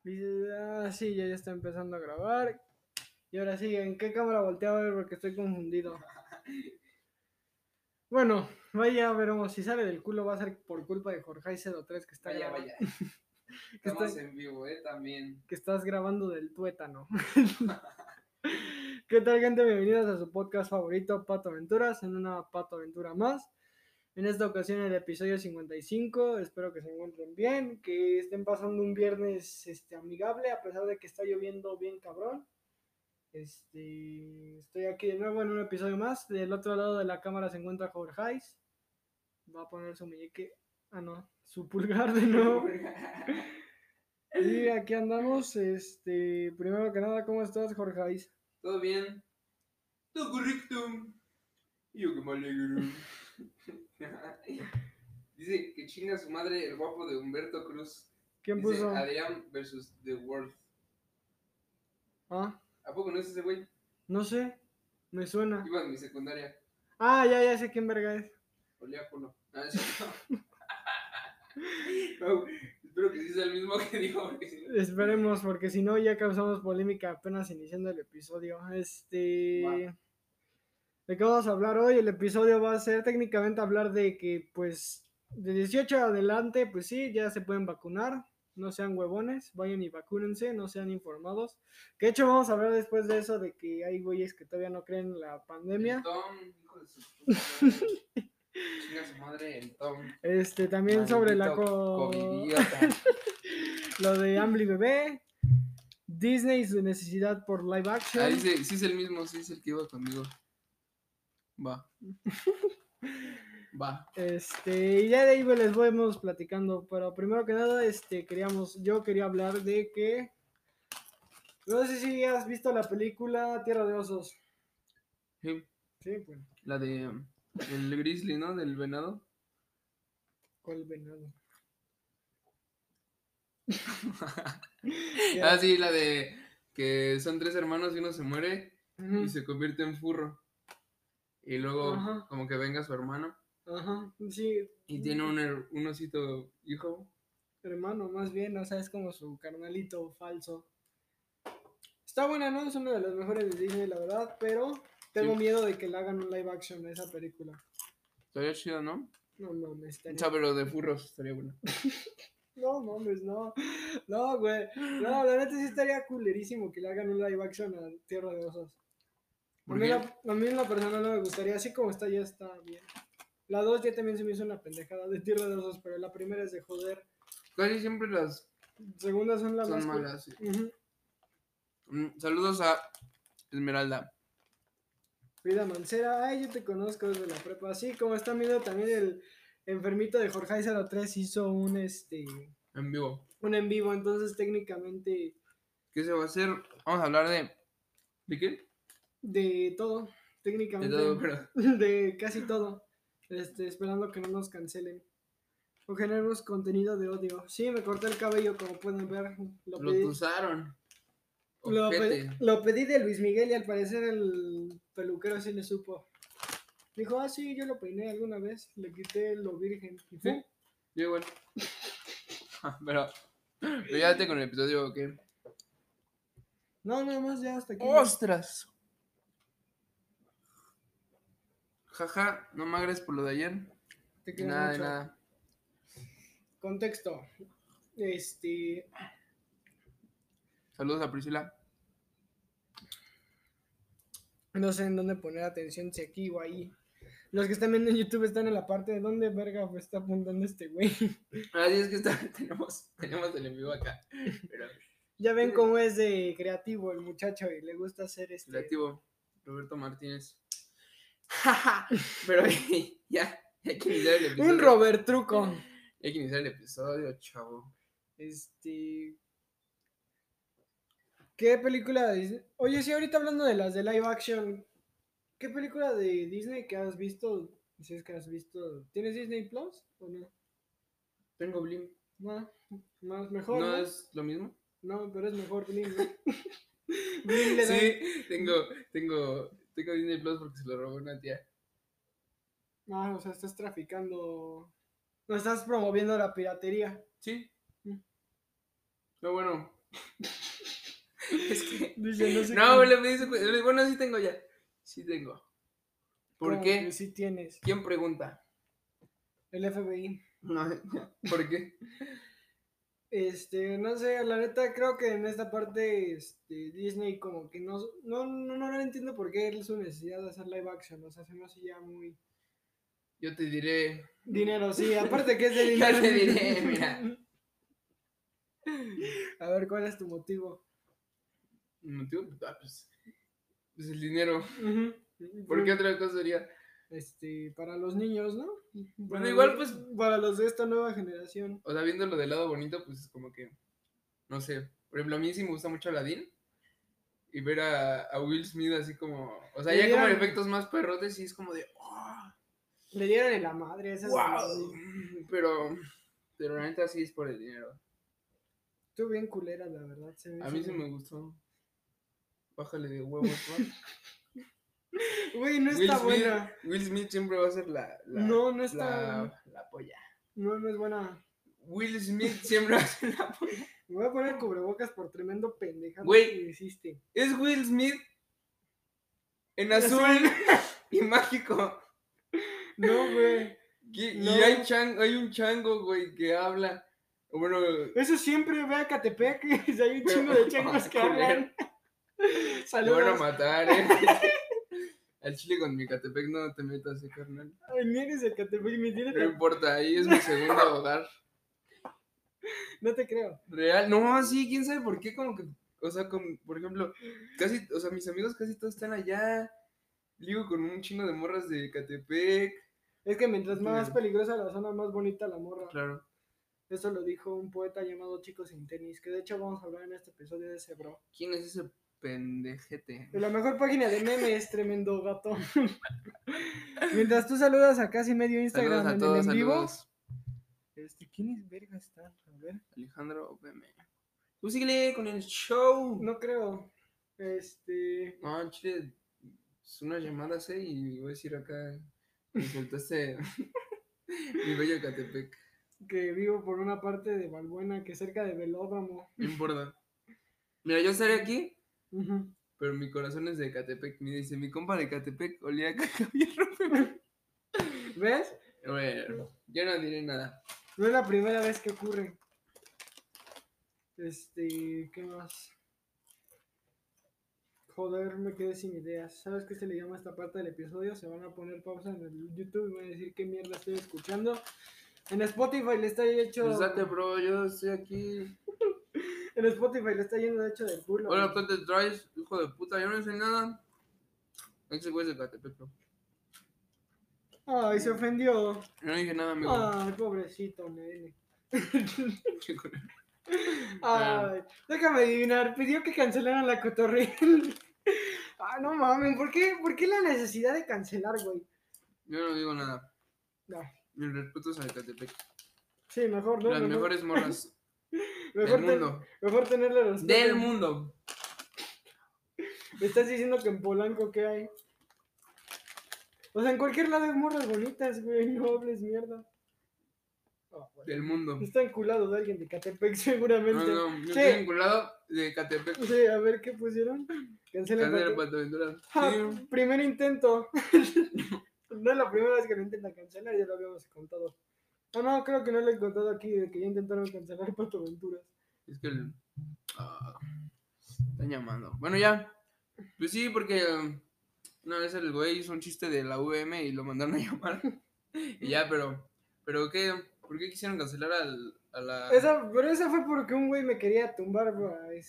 Dice, sí, ya está empezando a grabar. Y ahora sí, ¿en qué cámara volteé a ver? Porque estoy confundido. Bueno, vaya, veremos. Si sale del culo va a ser por culpa de Jorge03 que está grabando. Vaya. Estamos en vivo, también. Que estás grabando del tuétano. ¿Qué tal, gente? Bienvenidos a su podcast favorito, Pato Aventuras, en una Pato Aventura más. En esta ocasión el episodio 55. Espero que se encuentren bien, que estén pasando un viernes amigable, a pesar de que está lloviendo bien cabrón. Estoy aquí de nuevo en un episodio más. Del otro lado de la cámara se encuentra Jorge. Va a poner su muñeque. No, su pulgar de nuevo. Y aquí andamos. Primero que nada, ¿cómo estás, Jorge? ¿Todo bien? Todo correcto. Yo que me alegro. Dice que chinga su madre el guapo de Humberto Cruz. ¿Quién Dice puso? Adrián versus The World. Ah, ¿A poco no es ese güey? no sé. Me suena. Iba en mi secundaria. Ya sé quién verga es. Olía culo. No, es cierto. No, espero que sí sea el mismo que dijo. Porque si no... Esperemos, porque si no ya causamos polémica apenas iniciando el episodio. Va. ¿De qué vamos a hablar hoy? El episodio va a ser técnicamente hablar de que, pues, de 18 adelante, pues sí, ya se pueden vacunar. No sean huevones, vayan y vacúnense, no sean informados. Que de hecho vamos a hablar después de eso, de que hay güeyes que todavía no creen en la pandemia. El Tom, hijo de su puta madre. Chinga su madre, el Tom. También Maldito sobre la covidiota. lo de Ambly Bebé, Disney y su necesidad por live action. Dice, sí es el mismo, sí es el que iba conmigo. Va. Va. Y ya de ahí les vamos platicando, pero primero que nada, yo quería hablar de que, no sé si has visto la película Tierra de Osos. Sí. Sí, pues. La de el grizzly, ¿no? Del venado. ¿Cuál venado? Sí, la de que son 3 hermanos y uno se muere y se convierte en furro. Y luego como que venga su hermano. Ajá, sí. Y tiene un osito hijo. Hermano, más bien, o sea, es como su carnalito falso. Está buena, ¿no? Es una de las mejores de Disney, la verdad, pero tengo miedo de que le hagan un live action de esa película. Estaría chido, ¿no? No mames, O sea, pero de furros estaría bueno. No mames, no. No, güey. No, la neta sí estaría culerísimo que le hagan un live action a Tierra de Osos. A mí en la persona no me gustaría, así como está, ya está bien. La 2 ya también se me hizo una pendejada de Tierra de Osos, pero la primera es de joder. Casi siempre las segundas son las son más malas. Sí. Saludos a Esmeralda. Frida Mancera, yo te conozco desde la prepa. Así como están viendo también el enfermito de Jorge03 hizo un en vivo. Un en vivo, entonces técnicamente. ¿Qué se va a hacer? Vamos a hablar ¿de qué? De todo, técnicamente. De todo, pero... De casi todo. Esperando que no nos cancelen. O generemos contenido de odio. Sí, me corté el cabello, como pueden ver. Lo tuzaron. Lo pedí de Luis Miguel y al parecer el peluquero sí le supo. Dijo, sí, yo lo peiné alguna vez. Le quité lo virgen. ¿Y sí, yo igual. pero ya con el episodio, ¿qué? No, nada más ya hasta aquí. ¡Ostras! Jaja, no me agres por lo de ayer. Te quiero nada, mucho. De nada. Contexto. Saludos a Priscila. No sé en dónde poner atención, si aquí o ahí. Los que están viendo en YouTube están en la parte de dónde verga pues, está apuntando este güey. Sí, es que tenemos el en vivo acá. Pero... ya ven cómo es de creativo el muchacho y le gusta hacer creativo, Roberto Martínez. Pero ya hay que iniciar el episodio. Un Robert Truco. Hay que iniciar el episodio, chavo. ¿Qué película de Disney? Oye, sí, ahorita hablando de las de live action, ¿qué película de Disney que has visto? Si es que has visto, ¿tienes Disney Plus o no? Tengo Blim. No, más mejor. ¿No es lo mismo? No, pero es mejor Blim. Blim le da... Sí, tengo Disney Plus porque se lo robó una tía. O sea, estás traficando. No estás promoviendo la piratería. Sí. Pero bueno, Es que... Dice, no sé No, qué. le dice, bueno, sí tengo ya. Sí tengo. ¿Por ¿Cómo qué? que sí tienes? ¿Quién pregunta? El FBI. No, ¿por qué? No sé, la neta creo que en esta parte Disney como que no entiendo por qué es su necesidad de hacer live action, o sea, se me hace ya muy... Yo te diré. Dinero, sí, aparte que es de Ya dinero. te diré, mira. A ver, ¿cuál es tu motivo? El motivo, pues el dinero. Ujú. ¿Por qué otra cosa sería? Para los niños, ¿no? Bueno, igual, pues, Para los de esta nueva generación. o sea, viéndolo del lado bonito, pues es como que, no sé. Por ejemplo, a mí sí me gusta mucho Aladdin. Y ver a Will Smith así como, o sea, Le ya como en dieron, efectos más perrotes, y es como de, oh, le dieron en la madre, esa es wow. Pero la neta sí es por el dinero. Estuvo bien culera, la verdad. A mí sí me gustó. Bájale de huevos, ¿no? Güey, no está buena. Will Smith siempre va a ser No está. la polla. No es buena. Will Smith siempre va a ser la polla. Me voy a poner cubrebocas por tremendo pendejado Güey, que hiciste. es Will Smith en azul y mágico. No, güey. Y No. hay un chango, güey, que habla. Bueno, Eso siempre ve a Catepec. Hay un chingo de changos que hablan. te Saludos. van a matar, Al chile con mi Catepec no te metas, carnal. Ay, ni eres de Catepec, ni tienes. No importa, ahí es mi segundo hogar. No te creo. Real, no, sí, quién sabe por qué, como que, o sea, por ejemplo, casi, o sea, mis amigos casi todos están allá. Ligo con un chingo de morras de Catepec. Es que mientras más peligrosa la zona, más bonita la morra. Claro. Eso lo dijo un poeta llamado Chico Sin Tenis, que de hecho vamos a hablar en este episodio de ese bro. ¿Quién es ese pendejete? De la mejor página de memes, tremendo gato. Mientras tú saludas a casi medio Instagram Saludos a en todos, el en vivo. saludos. ¿Quién es verga está? A ver. Alejandro VM. Tú síguele con el show. No creo. No, chile, es una llamada, y voy a decir acá, me soltaste mi bello Catepec. Que vivo por una parte de Balbuena, que es cerca de Velódromo. No importa. Mira, yo estaré aquí, Uh-huh. pero mi corazón es de Catepec. Me dice, mi compa de Catepec olía a caca bien rojo. ¿Ves? Bueno, yo no diré nada. No es la primera vez que ocurre. ¿Qué más? Joder, me quedé sin ideas. ¿Sabes qué se le llama a esta parte del episodio? Se van a poner pausa en el YouTube y van a decir qué mierda estoy escuchando. En Spotify le está hecho. Pues date, bro, yo estoy aquí. En Spotify le está yendo de hecho del culo. Hola, ¿qué te traes, hijo de puta? Yo no sé nada. Ese güey es de Catepec, bro. Ay, se ofendió. No dije nada, amigo. Ay, pobrecito, nene. Ay, déjame adivinar. Pidió que cancelaran la cotorrilla. Ah, no mames, ¿por qué la necesidad de cancelar, güey? Yo no digo nada. No. Mi respeto es a Catepec. Sí, mejor, ¿no? Las mejores morras mejor del mundo. Mejor tenerle respeto. Del mundo. Me estás diciendo que en Polanco, ¿qué hay? O sea, en cualquier lado hay morras bonitas, güey. No hables mierda. Oh, bueno. Del mundo. Está enculado de alguien de Catepec, seguramente. No, yo Sí. estoy vinculado de Catepec. Sí, a ver, ¿qué pusieron? Cancela Patoaventura. Sí. Primer intento. No es la primera vez que lo intentan cancelar, ya lo habíamos contado. No, creo que no lo he contado aquí, de que ya intentaron cancelar Patoaventuras. Es que están llamando. Bueno, ya. Pues sí, porque una vez el güey hizo un chiste de la VM y lo mandaron a llamar. Y ya, pero ¿qué? ¿Por qué quisieron cancelar a la...? Pero esa fue porque un güey me quería tumbar, bro,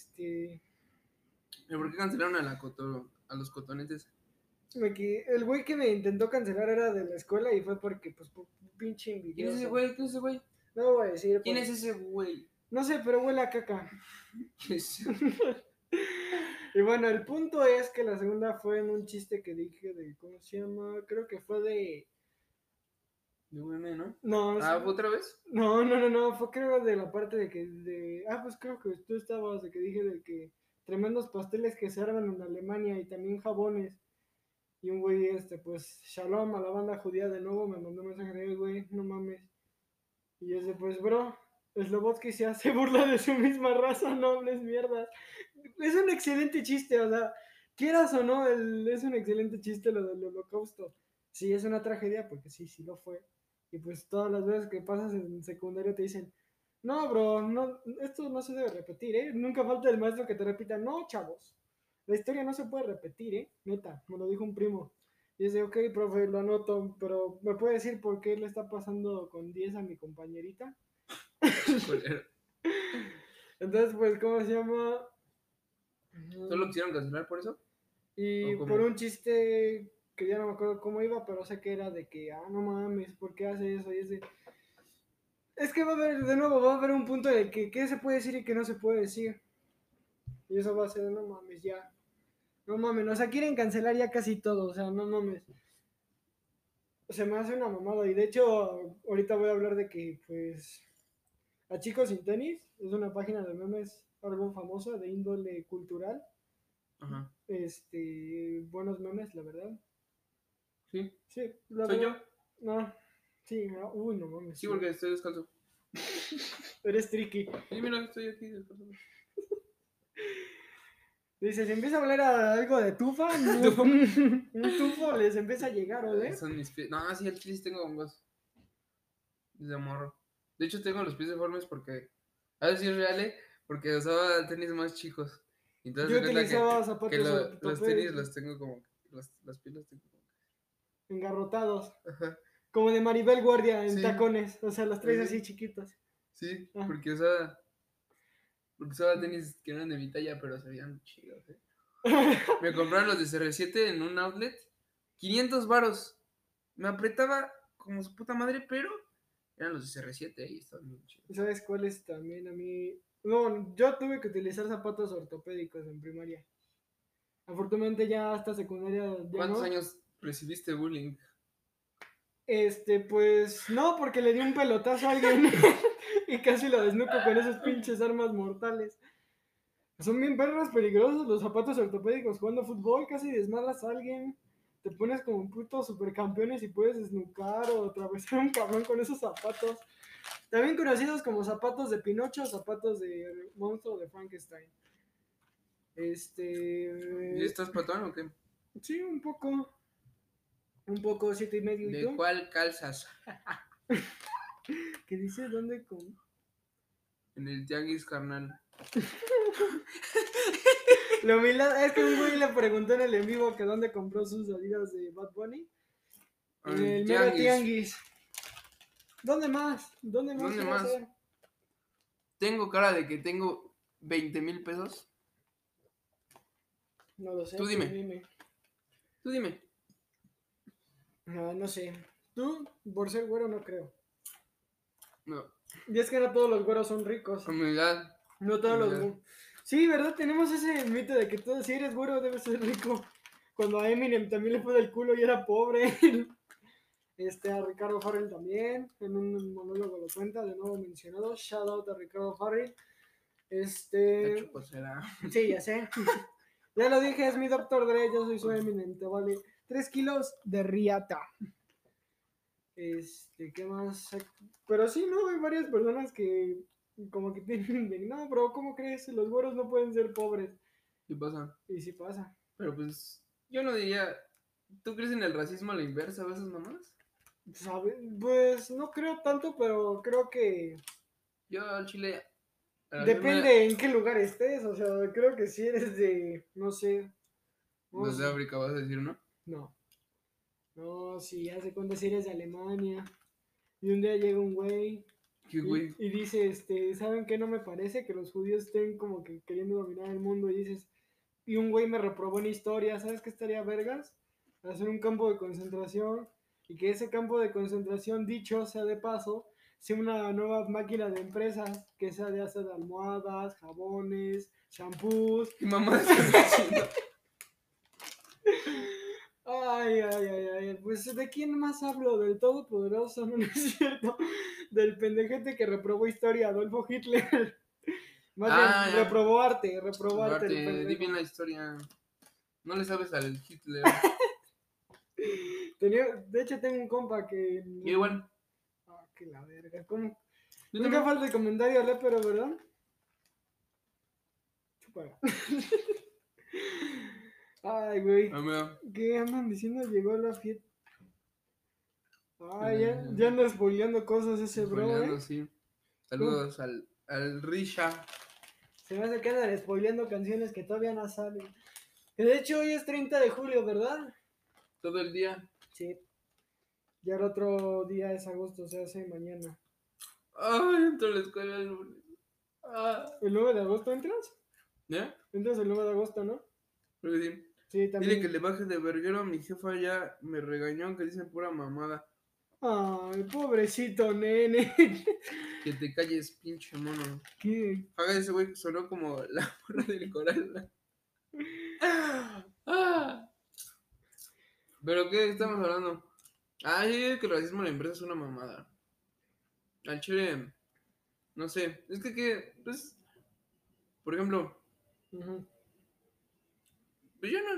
¿Pero por qué cancelaron a los cotonetes? El güey que me intentó cancelar era de la escuela y fue porque, pues, pinche envidioso. ¿Quién es ese güey? ¿Quién es ese güey? No voy a decir. ¿Quién es ese güey? No sé, pero huele a caca. ¿Quién es? Y bueno, el punto es que la segunda fue en un chiste que dije de, ¿cómo se llama? Creo que fue de... De VM, ¿no? No, ¿Fue otra vez? No, fue creo de la parte de que, pues creo que tú estabas, de que dije de que tremendos pasteles que se arman en Alemania y también jabones. Y un güey, pues, shalom a la banda judía de nuevo, me mandó un mensaje de, güey, no mames. Y yo pues, bro, Slobodsky se hace burla de su misma raza, no hables mierdas. Es un excelente chiste, o sea, quieras o no, es un excelente chiste lo del holocausto. Sí, es una tragedia, porque sí, sí lo fue. Y pues todas las veces que pasas en secundario te dicen, no, bro, no, esto no se debe repetir, ¿eh? Nunca falta el maestro que te repita, no, chavos, la historia no se puede repetir, ¿eh? Neta, me lo dijo un primo. Y dice, ok, profe, lo anoto, pero ¿me puede decir por qué le está pasando con 10 a mi compañerita? Culero. Entonces, pues, ¿cómo se llama? ¿Solo quisieron cancelar por eso? Y ¿O cómo? por un chiste que ya no me acuerdo cómo iba, pero sé que era de que, no mames, ¿por qué hace eso? Y ese. Es que va a haber, de nuevo, va a haber un punto de que qué se puede decir y qué no se puede decir. Y eso va a ser, no mames, ya. No mames, o sea, quieren cancelar ya casi todo, o sea, no mames. Se me hace una mamada. Y de hecho, ahorita voy a hablar de que, pues, a Chicos Sin Tenis es una página de memes algo famosa de índole cultural. Ajá. Buenos memes, la verdad. Sí. Sí, la ¿Soy yo? verdad. No, sí, uy, no mames. Sí, porque estoy descalzo. Eres tricky. Sí, mira, estoy aquí descalzo. Dice, si empieza a hablar a algo de tufa, un tufo les empieza a llegar, ¿o Son mis pies. No, sí, el chile sí tengo hongos. Desde morro. De hecho, tengo los pies deformes porque. A ver si es real, porque usaba tenis más chicos. Entonces Yo se cuenta utilizaba que zapatos los tenis ortopédicos los tengo como. Los pies los tengo como. engarrotados, Ajá. como de Maribel Guardia en Sí, tacones, o sea, los traes así sí, chiquitos. sí, Ah. porque usaba tenis que eran de mi talla, pero se veían chidos, Me compraron los de CR7 en un outlet, 500 varos. Me apretaba como su puta madre, pero eran los de CR7 y estaban bien chidos. ¿Sabes cuáles también a mí? No, yo tuve que utilizar zapatos ortopédicos en primaria. Afortunadamente ya hasta secundaria ya ¿Cuántos no. años recibiste bullying? Pues no, porque le di un pelotazo a alguien y casi lo desnuco con esos pinches armas mortales. Son bien perros peligrosos los zapatos ortopédicos jugando fútbol, casi desmadras a alguien. Te pones como un puto supercampeones y puedes desnucar o atravesar un cabrón con esos zapatos. También conocidos como zapatos de Pinocho, zapatos de monstruo de Frankenstein. ¿Y estás patón o qué? Sí, un poco. Un poco 7,5. ¿Y ¿De tú? cuál calzas? ¿Qué dices? ¿Dónde con? En el tianguis, carnal. La humildad es que un güey le preguntó en el en vivo que dónde compró sus salidas de Bad Bunny. En El el mero tianguis. tianguis. ¿Dónde más? ¿Dónde más ¿Dónde iba a más? ser? Tengo cara de que tengo 20,000 pesos. No lo sé, Tú tú dime. dime. Tú dime. No sé. Tú, por ser güero, no creo. No. Y es que no todos los güeros son ricos. Humildad. No todos los Humildad. güeros. Sí, ¿verdad? Tenemos ese mito de que todo, si eres güero debes ser rico. Cuando a Eminem también le fue del culo y era pobre. A Ricardo Farrell también. En un monólogo lo cuenta, de nuevo mencionado. Shout out a Ricardo Farrell. Qué chupo será. Sí, ya sé. Ya lo dije, es mi Dr. Dre, yo soy su Eminem, te vale 3 kilos de riata. ¿Qué más? Pero sí, ¿no? Hay varias personas que como que tienen de, no, bro, ¿cómo crees? Los güeros no pueden ser pobres. ¿Qué pasa? Y sí pasa. Pero pues, yo no diría. ¿Tú crees en el racismo a la inversa a esas mamás? Pues no creo tanto, pero creo que Yo al chile. depende en qué lugar estés. O sea, creo que si eres de, no sé, Los de África vas a decir, ¿no? no. No, si hace cuenta si eres de Alemania y un día llega un güey ¿Qué güey? y dice, ¿saben qué no me parece? Que los judíos estén como que queriendo dominar el mundo y dices, y un güey me reprobó en historia, ¿sabes qué estaría vergas? Hacer un campo de concentración y que ese campo de concentración, dicho sea de paso, sea una nueva máquina de empresas que sea de hacer almohadas, jabones, shampoos. ¿Qué mamá estás diciendo? Ay, pues ¿de quién más hablo? ¿Del Todopoderoso? No, no es cierto. Del pendejete que reprobó historia, Adolfo Hitler. Más bien, Ya. reprobó arte el Aparte, di pendejo. bien la historia. No le sabes al Hitler. De hecho, tengo un compa que... Yo igual. Ah, que la verga, ¿cómo? Yo Nunca también. falta el comentario, pero ¿verdad? Chúpala. Ay, güey. Ah, mira. ¿Qué andan diciendo? Llegó la fiesta. Ay, ya anda spoileando cosas ese bro, Spoileando, sí. Saludos al Risha. Se me hace que andan spoileando canciones que todavía no salen. Que de hecho hoy es 30 de julio, ¿verdad? Todo el día. Sí. Ya el otro día es agosto, o sea, hace mañana. Ay, entro a la escuela el lunes. Ah. ¿El 9 de agosto entras? ¿Ya? Entras el 9 de agosto, ¿no? Creo que sí. Sí, Dile que también. le baje de verguero. Mi jefa ya me regañó que dicen pura mamada. Ay, pobrecito nene. Que te calles, pinche mono. ¿Qué? Haga ese güey que sonó como la morra del coral. Ah. ¿Pero qué estamos hablando? Ah, yo digo que el racismo en la empresa es una mamada. Al chile, no sé. Es que, pues, por ejemplo, Ujú, pues yo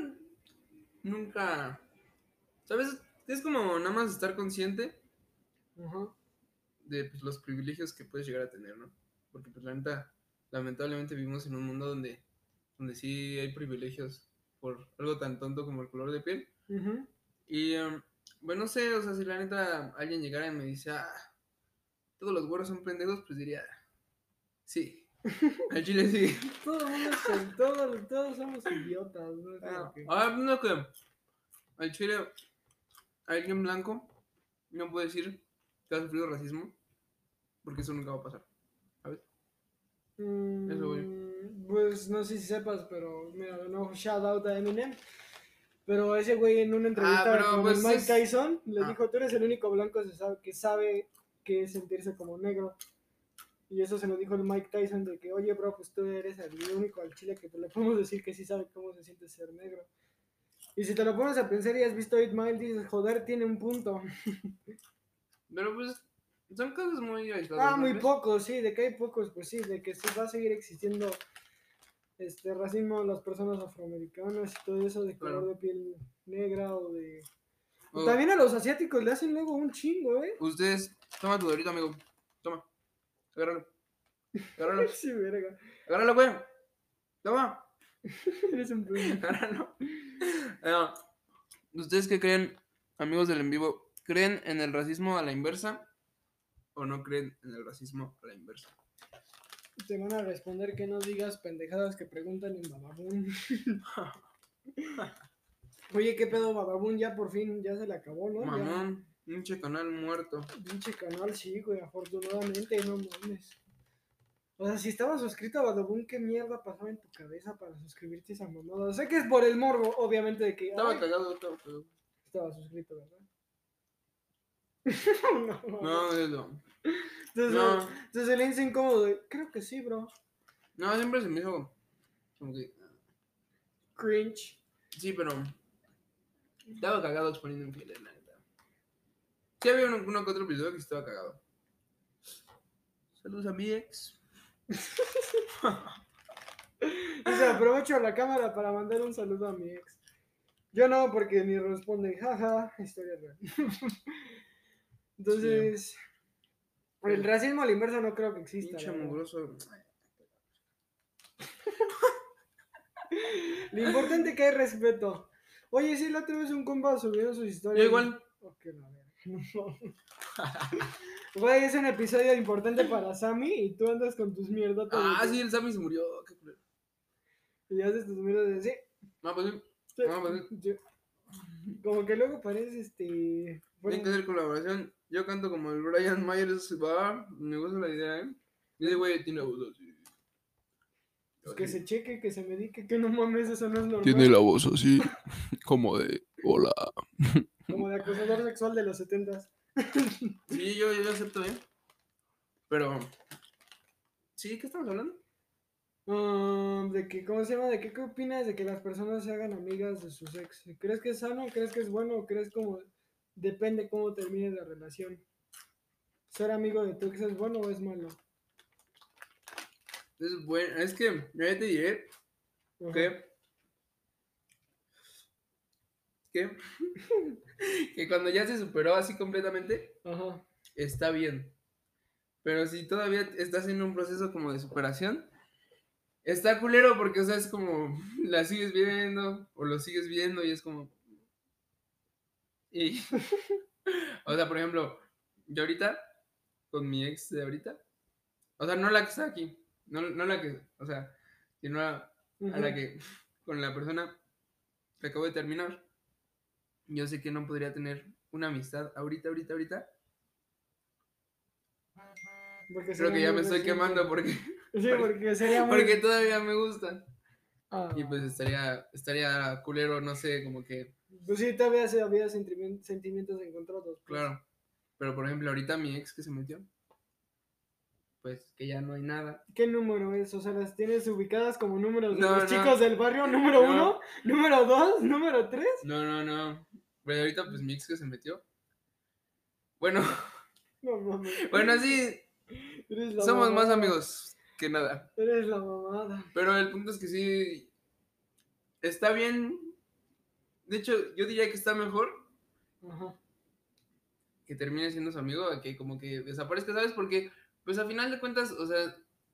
nunca, ¿sabes? Es como nada más estar consciente ujú. de pues, los privilegios que puedes llegar a tener, ¿no? Porque pues la neta, lamentablemente vivimos en un mundo donde sí hay privilegios por algo tan tonto como el color de piel. Ujú. Y, bueno, no sé, o sea, si la neta alguien llegara y me dice, todos los güeros son pendejos, pues diría, sí, al chile sí. Todo el mundo todos somos idiotas, ¿no? Es como que... No que al chile alguien blanco no puede decir que ha sufrido racismo, porque eso nunca va a pasar, ¿sabes? Eso, güey. Pues no sé si sepas, pero mira, no shout out a Eminem. Pero ese güey en una entrevista Pero con el pues Mike es... Tyson le Ah, dijo, tú eres el único blanco que sabe qué es sentirse como negro. Y eso se lo dijo el Mike Tyson de que, oye, bro, pues tú eres el único al Chile que te le podemos decir que sí sabe cómo se siente ser negro. Y si te lo pones a pensar y has visto 8 Mile, dices, joder, tiene un punto. pero pues son cosas muy aisladas, Ah, ¿no muy crees? pocos, sí, de que hay pocos, pues sí, de que sí va a seguir existiendo racismo a las personas afroamericanas y todo eso de color Claro. de piel negra o de... O, También a los asiáticos le hacen luego un chingo, ¿eh? ustedes, toma tu dorito, amigo. Toma, agárralo, agárralo, Sí, verga. agárralo, güey. Toma, Eres un pendejo. agárralo. Ah, ¿Ustedes qué creen, amigos del en vivo? ¿Creen en el racismo a la inversa o no creen en el racismo a la inversa? Te van a responder que no digas pendejadas que preguntan en Badabun. Oye, ¿qué pedo Badabun? Ya por fin, ya se le acabó, ¿no? Ya. Mamón, pinche canal muerto. Pinche canal, sí, güey, afortunadamente, no mames. O sea, si estabas suscrito a Badabun, ¿qué mierda pasaba en tu cabeza para suscribirte a esa mamada? Sé que es por el morbo, obviamente, de que, Estaba ay, cagado, estaba cagado. estaba suscrito, ¿verdad? No, No, mames. eso. Entonces, No, entonces le hice incómodo de, creo que sí, bro. no, siempre se me hizo como que. Cringe. Sí, pero estaba cagado exponiendo infieles, la neta. Sí había uno que otro episodio que sí estaba cagado. Saludos a mi ex. Dice, aprovecho la cámara para mandar un saludo a mi ex. Yo no, porque ni responde, jaja, historia real. Sí, Entonces, el racismo a la inversa no creo que exista, pinche la verdad. mugroso. Lo importante es que hay respeto. Oye, sí, la otra vez un compa subió sus Yo historias. igual. Oh, qué la verga. Güey, es un episodio importante para Sammy y tú andas con tus mierdotas de Sí, que... el Sammy se murió. Qué culero. Y haces tus mierdas de sí, No, pues sí. sí, No, pues sí. sí. Como que luego parece Tienen que hacer colaboración. Yo canto como el Brian Myers. Va, me gusta la idea, ¿eh? Y ese güey tiene voz así. Pues que Así. se cheque, que se medique, que no mames, eso no es Tiene la normal. voz así, como de hola. Como de acosador sexual de los 70s. Sí, yo acepto, ¿eh? Pero, sí, ¿qué estamos hablando? De que, ¿cómo se llama? ¿De qué opinas de que las personas se hagan amigas de sus ex? ¿Crees que es sano? ¿Crees que es bueno? ¿O crees como depende cómo termine la relación? ¿Ser amigo de tu ex es bueno o es malo? Es bueno, es que, ya te diré Ajá. que, que, que cuando ya se superó así completamente, Ajá. está bien. Pero si todavía estás en un proceso como de superación, está culero porque, o sea, es como, la sigues viendo o lo sigues viendo y es como... Y, o sea, por ejemplo, yo ahorita, con mi ex de ahorita, o sea, no la que está aquí, no la que, o sea, sino a la que, con la persona que acabo de terminar, yo sé que no podría tener una amistad ahorita. Porque Creo sería que ya muy me estoy reciente. quemando porque, Sí, porque sería muy... porque todavía me gusta. Ah, Y pues estaría culero, no sé, como que, pues sí, todavía había sentimientos encontrados. Pues. claro. Pero por ejemplo, ahorita mi ex que se metió, pues que ya no hay nada. ¿Qué número es? O sea, las tienes ubicadas como números de No, los chicos del barrio, número no, 1, número 2, número 3. no. Pero ahorita pues mi ex que se metió. Bueno, No mames. bueno, sí, Eres la somos más mamada. amigos que nada. Eres la mamada. Pero el punto es que sí, está bien. De hecho, yo diría que está mejor Ajá. que termine siendo su amigo a que como que desaparezca, ¿sabes? Porque, pues a final de cuentas, o sea,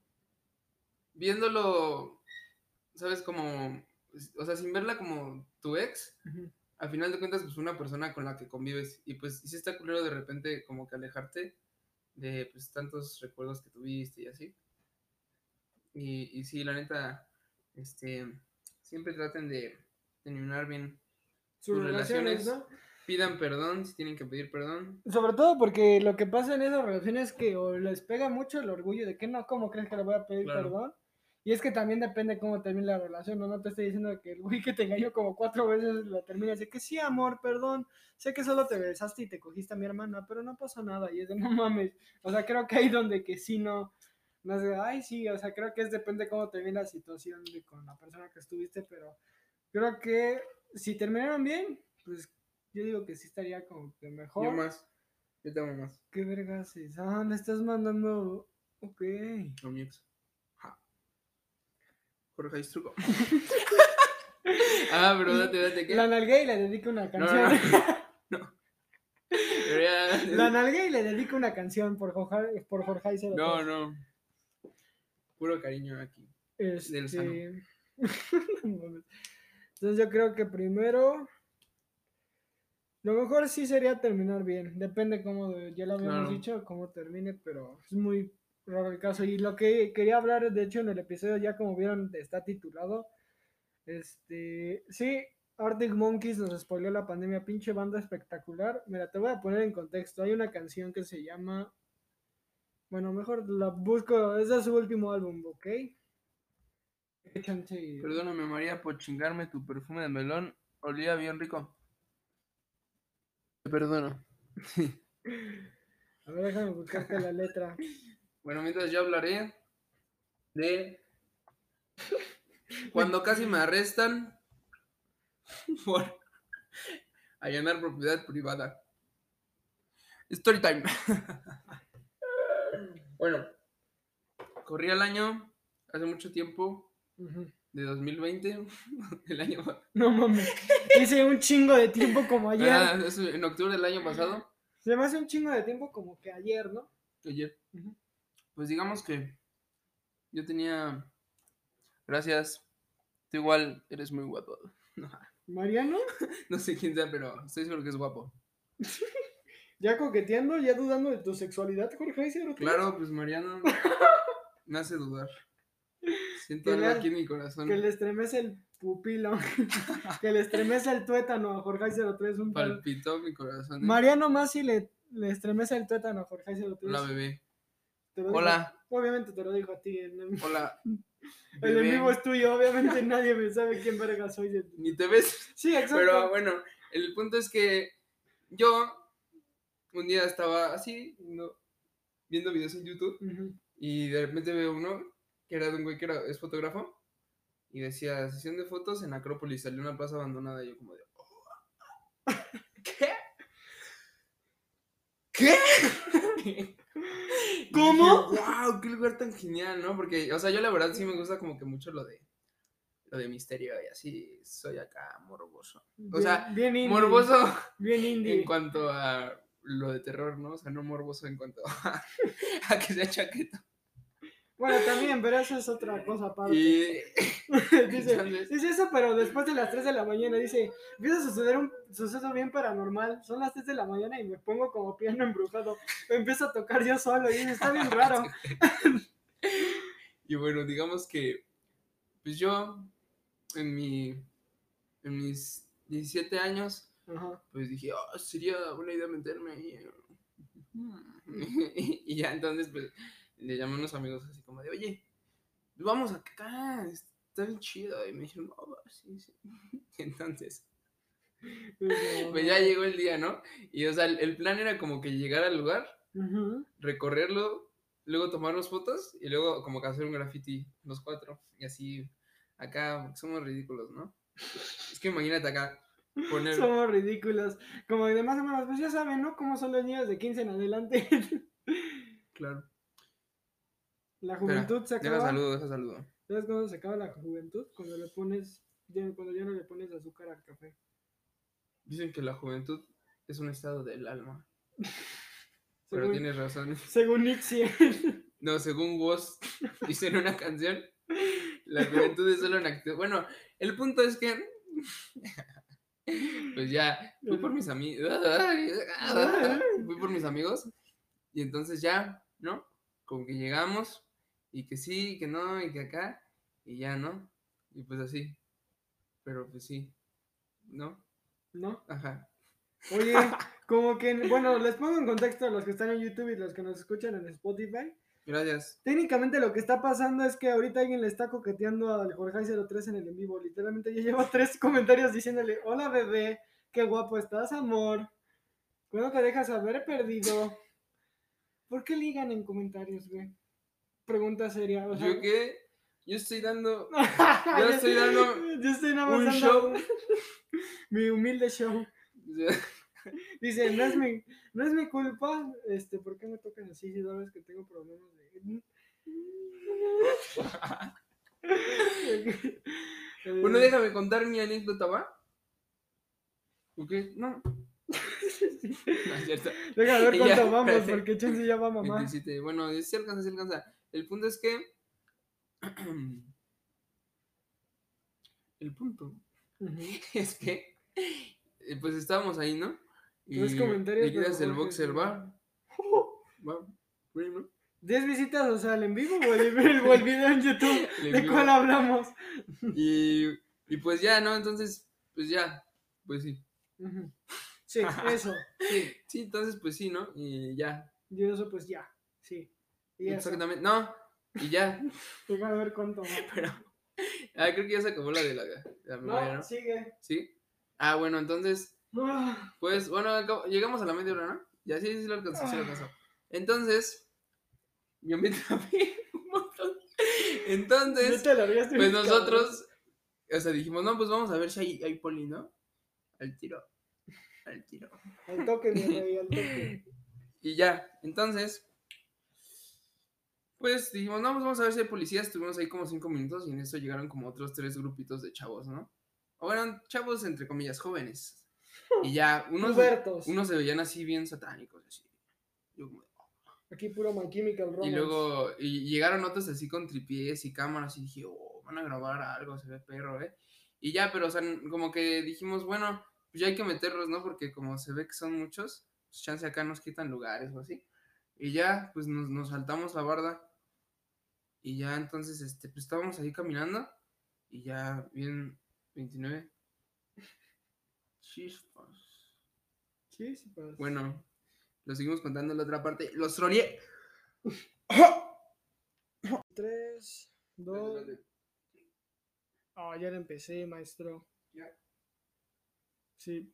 viéndolo, ¿sabes? Como, o sea, sin verla como tu ex, Ujú. al final de cuentas, pues una persona con la que convives. Y pues sí está culero de repente como que alejarte de pues tantos recuerdos que tuviste y así. Y sí, la neta, siempre traten de terminar bien Sus sus relaciones, relaciones. ¿no? Pidan perdón si tienen que pedir perdón. Sobre todo porque lo que pasa en esas relaciones es que o les pega mucho el orgullo de que no, ¿cómo crees que le voy a pedir Claro. perdón? Y es que también depende cómo termine la relación, ¿no? No te estoy diciendo que el güey que te engañó como 4 veces la termina así que sí, amor, perdón, sé que solo te besaste y te cogiste a mi hermana, pero no pasa nada, y es de no mames, o sea, creo que hay donde que sí no es de, ay, sí, o sea, creo que es depende cómo termine la situación de con la persona que estuviste, pero creo que si terminaron bien, pues yo digo que sí estaría como que Yo mejor. más, yo te amo más. ¿Qué vergas es? Ah, le estás mandando. Ok. A mi ex. Ja. Jorge Istruco. Pero date, ¿qué? La nalgué y le dedico una No, canción. no. Pero ya. La nalgué y le dedico una canción por Jorge 03. No. Puro cariño aquí. Del sano. Entonces yo creo que primero. Lo mejor sí sería terminar bien. Depende cómo, ya lo habíamos Claro. dicho, cómo termine, pero es muy raro el caso. Y lo que quería hablar, de hecho, en el episodio, ya como vieron, está titulado. Sí, Arctic Monkeys nos spoileó la pandemia, pinche banda espectacular. Mira, te voy a poner en contexto. Hay una canción que se llama. Bueno, mejor la busco. Es de su último álbum, ¿ok? Perdóname, María, por chingarme tu perfume de melón. Olía bien rico. Te perdono. A ver, déjame buscarte la letra. Bueno, mientras yo hablaré de cuando casi me arrestan por allanar propiedad privada. Story time. Bueno, corría el año, hace mucho tiempo, Ujú. de 2020, el año No mames. Hice un chingo de tiempo como ayer. en octubre del año pasado, Se me hace un chingo de tiempo como que ayer, ¿no? ayer, Ujú. pues digamos que yo tenía, gracias, tú igual eres muy guapo. Mariano, No sé quién sea, pero estoy seguro que es guapo. ya coqueteando, ya dudando de tu sexualidad, Jorge. ¿Sí, lo Claro, pues Mariano me hace dudar. Siento que algo le, aquí en mi corazón. que le estremece el pupilo, que le estremece el tuétano a Jorge 03. Palpitó mi corazón. Mariano Masi le estremece el tuétano a Jorge 03. Hola, bebé. Te lo Hola. Dijo, obviamente te lo dijo a ti. Hola, El en bebé. vivo es tuyo, obviamente nadie me sabe quién verga soy. Ni te ves. Sí, exacto. Pero bueno, el punto es que yo un día estaba así, viendo videos en YouTube, y de repente veo uno que era de un güey que es fotógrafo y decía sesión de fotos en Acrópolis, salió una plaza abandonada y yo como de ¿qué? ¿Qué? ¿Cómo? Wow, qué lugar tan genial, ¿no? Porque, o sea, yo la verdad sí me gusta como que mucho lo de misterio y así soy acá morboso. O sea, bien indie, morboso bien indie. en cuanto a lo de terror, ¿no? O sea, no morboso en cuanto a que sea chaqueto. Bueno, también, pero eso es otra cosa aparte. Y dice eso, pero después de las 3 de la mañana, dice, empieza a suceder un suceso bien paranormal, son las 3 de la mañana y me pongo como piano embrujado, me empiezo a tocar yo solo y dice, está bien raro. Y bueno, digamos que, pues yo, en mis 17 años, Ajá. pues dije, sería buena idea meterme ahí. Y ya entonces, pues, le llamé a unos amigos así como de, oye, vamos acá, está bien chido. Y me dijeron, no, sí, sí. Entonces, pues ya llegó el día, ¿no? Y o sea, el plan era como que llegar al lugar, recorrerlo, luego tomarnos fotos y luego como que hacer un graffiti los 4. Y así, acá, porque somos ridículos, ¿no? Es que imagínate acá. Somos ridículos. Como de más o menos, pues ya saben, ¿no? Cómo son los niños de 15 en adelante. Claro. La juventud se acaba. Deja saludo. ¿Sabes cuándo se acaba la juventud? Cuando ya no le pones azúcar al café. Dicen que la juventud es un estado del alma. Pero tienes razón. Según Nietzsche. No, según vos, dice en una canción, la juventud es solo una actitud. Bueno, el punto es que pues ya, fui por mis amigos. Fui por mis amigos. Y entonces ya, ¿no? Como que llegamos. Y que sí, que no, y que acá. Y ya, ¿no? Y pues así. Pero pues sí. ¿No? ¿No? Ajá. Oye, como que, bueno, les pongo en contexto a los que están en YouTube y los que nos escuchan en Spotify. Gracias. Técnicamente lo que está pasando es que ahorita alguien le está coqueteando al Jorge03 en el en vivo. Literalmente ya lleva 3 comentarios diciéndole, hola bebé, qué guapo estás, amor. ¿Cuándo te dejas haber perdido? ¿Por qué ligan en comentarios, güey? Pregunta seria. O sea, ¿Yo qué? Yo estoy dando. yo estoy dando yo estoy nada más un dando show. mi humilde show. Dice, no es mi culpa, ¿por qué me tocan así si sabes que tengo problemas de... Bueno, déjame contar mi anécdota, ¿va? ¿O qué? No. No es cierto. Déjame ver cuánto Ya, vamos, espérate. porque chance ya va mamá. 27. Bueno, sí alcanza, sí alcanza. El punto es que. El punto es que. Pues estábamos ahí, ¿no? Y 3 comentarios, le quitas pero el Jorge, boxer, sí. ¿va? Va. Bueno. 10 visitas, o sea, el en vivo o el video en YouTube, El en ¿de vivo. cuál hablamos? Y pues ya, ¿no? Entonces, pues ya. Pues sí. Sí, eso, sí. Sí, entonces, pues sí, ¿no? Y ya. Y eso, pues ya, sí. Y eso. Exactamente. No, y ya. Déjame ver cuánto va. Pero. Creo que ya se acabó la de la memoria, ¿no? Sigue. ¿Sí? Bueno, entonces. Pues, bueno, llegamos a la media hora, ¿no? Ya sí lo alcanzó, sí lo alcanzó. Entonces, yo me trabé un montón. Entonces, pues nosotros, o sea, dijimos, no, pues vamos a ver si hay poli, ¿no? Al tiro. Al toque, mi rey, al toque. Y ya, entonces, pues dijimos, no, pues vamos a ver si hay policías. Estuvimos ahí como 5 minutos y en eso llegaron como otros 3 grupitos de chavos, ¿no? O eran chavos, entre comillas, jóvenes. Y ya, unos se veían así bien satánicos, así. Yo como, aquí puro My Chemical Romance. Y luego, y llegaron otros así con tripiés y cámaras y dije, van a grabar algo, se ve perro, ¿eh? Y ya, pero, o sea, como que dijimos, bueno, pues ya hay que meterlos, ¿no? Porque como se ve que son muchos, pues chance acá nos quitan lugares o así. Y ya, pues nos saltamos la barda. Y ya, entonces, pues estábamos ahí caminando. Y ya, bien, 29. Chispas. Bueno, lo seguimos contando en la otra parte. Los troleé. 3, 2. Ya lo empecé, maestro. Ya. Sí.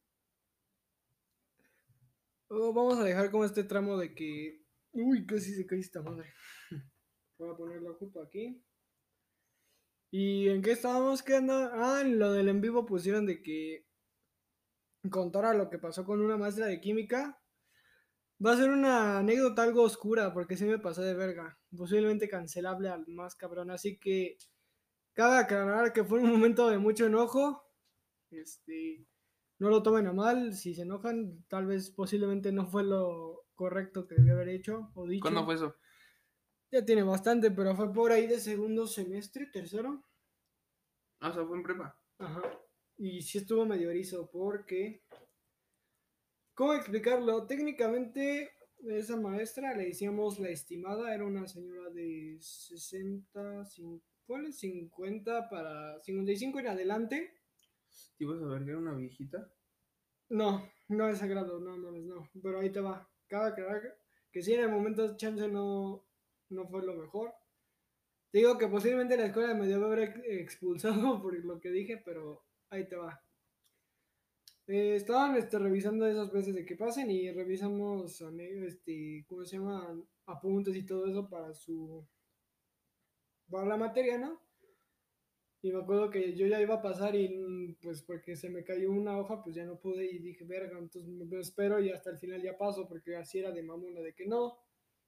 Vamos a dejar como este tramo de que. Uy, casi se cae esta madre. Voy a ponerlo justo aquí. ¿Y en qué estábamos quedando? En lo del en vivo pusieron de que contara lo que pasó con una maestra de química. Va a ser una anécdota algo oscura porque sí me pasé de verga. Posiblemente cancelable al más cabrón. Así que cabe aclarar que fue un momento de mucho enojo. No lo tomen a mal, si se enojan, tal vez posiblemente no fue lo correcto que debía haber hecho o ¿Cuándo dicho. fue eso? Ya tiene bastante, pero fue por ahí de segundo semestre, tercero. Ah, o sea, fue en prepa. Ajá. Y sí estuvo medio erizo porque, ¿cómo explicarlo? Técnicamente, esa maestra le decíamos la estimada, era una señora de 60, ponle 50 para 55 en adelante. ¿Te ibas a ver que era una viejita? No, no es sagrado, no, no, no. Pero ahí te va. Cabe aclarar que sí, en el momento chance no fue lo mejor. Te digo que posiblemente la escuela me debió haber expulsado por lo que dije, pero ahí te va. Estaban revisando esas veces de que pasen y revisamos, ¿cómo se llama? Apuntes y todo eso para la materia, ¿no? Y me acuerdo que yo ya iba a pasar y pues porque se me cayó una hoja, pues ya no pude y dije, verga, entonces me espero y hasta el final ya paso, porque así era de mamona, de que no,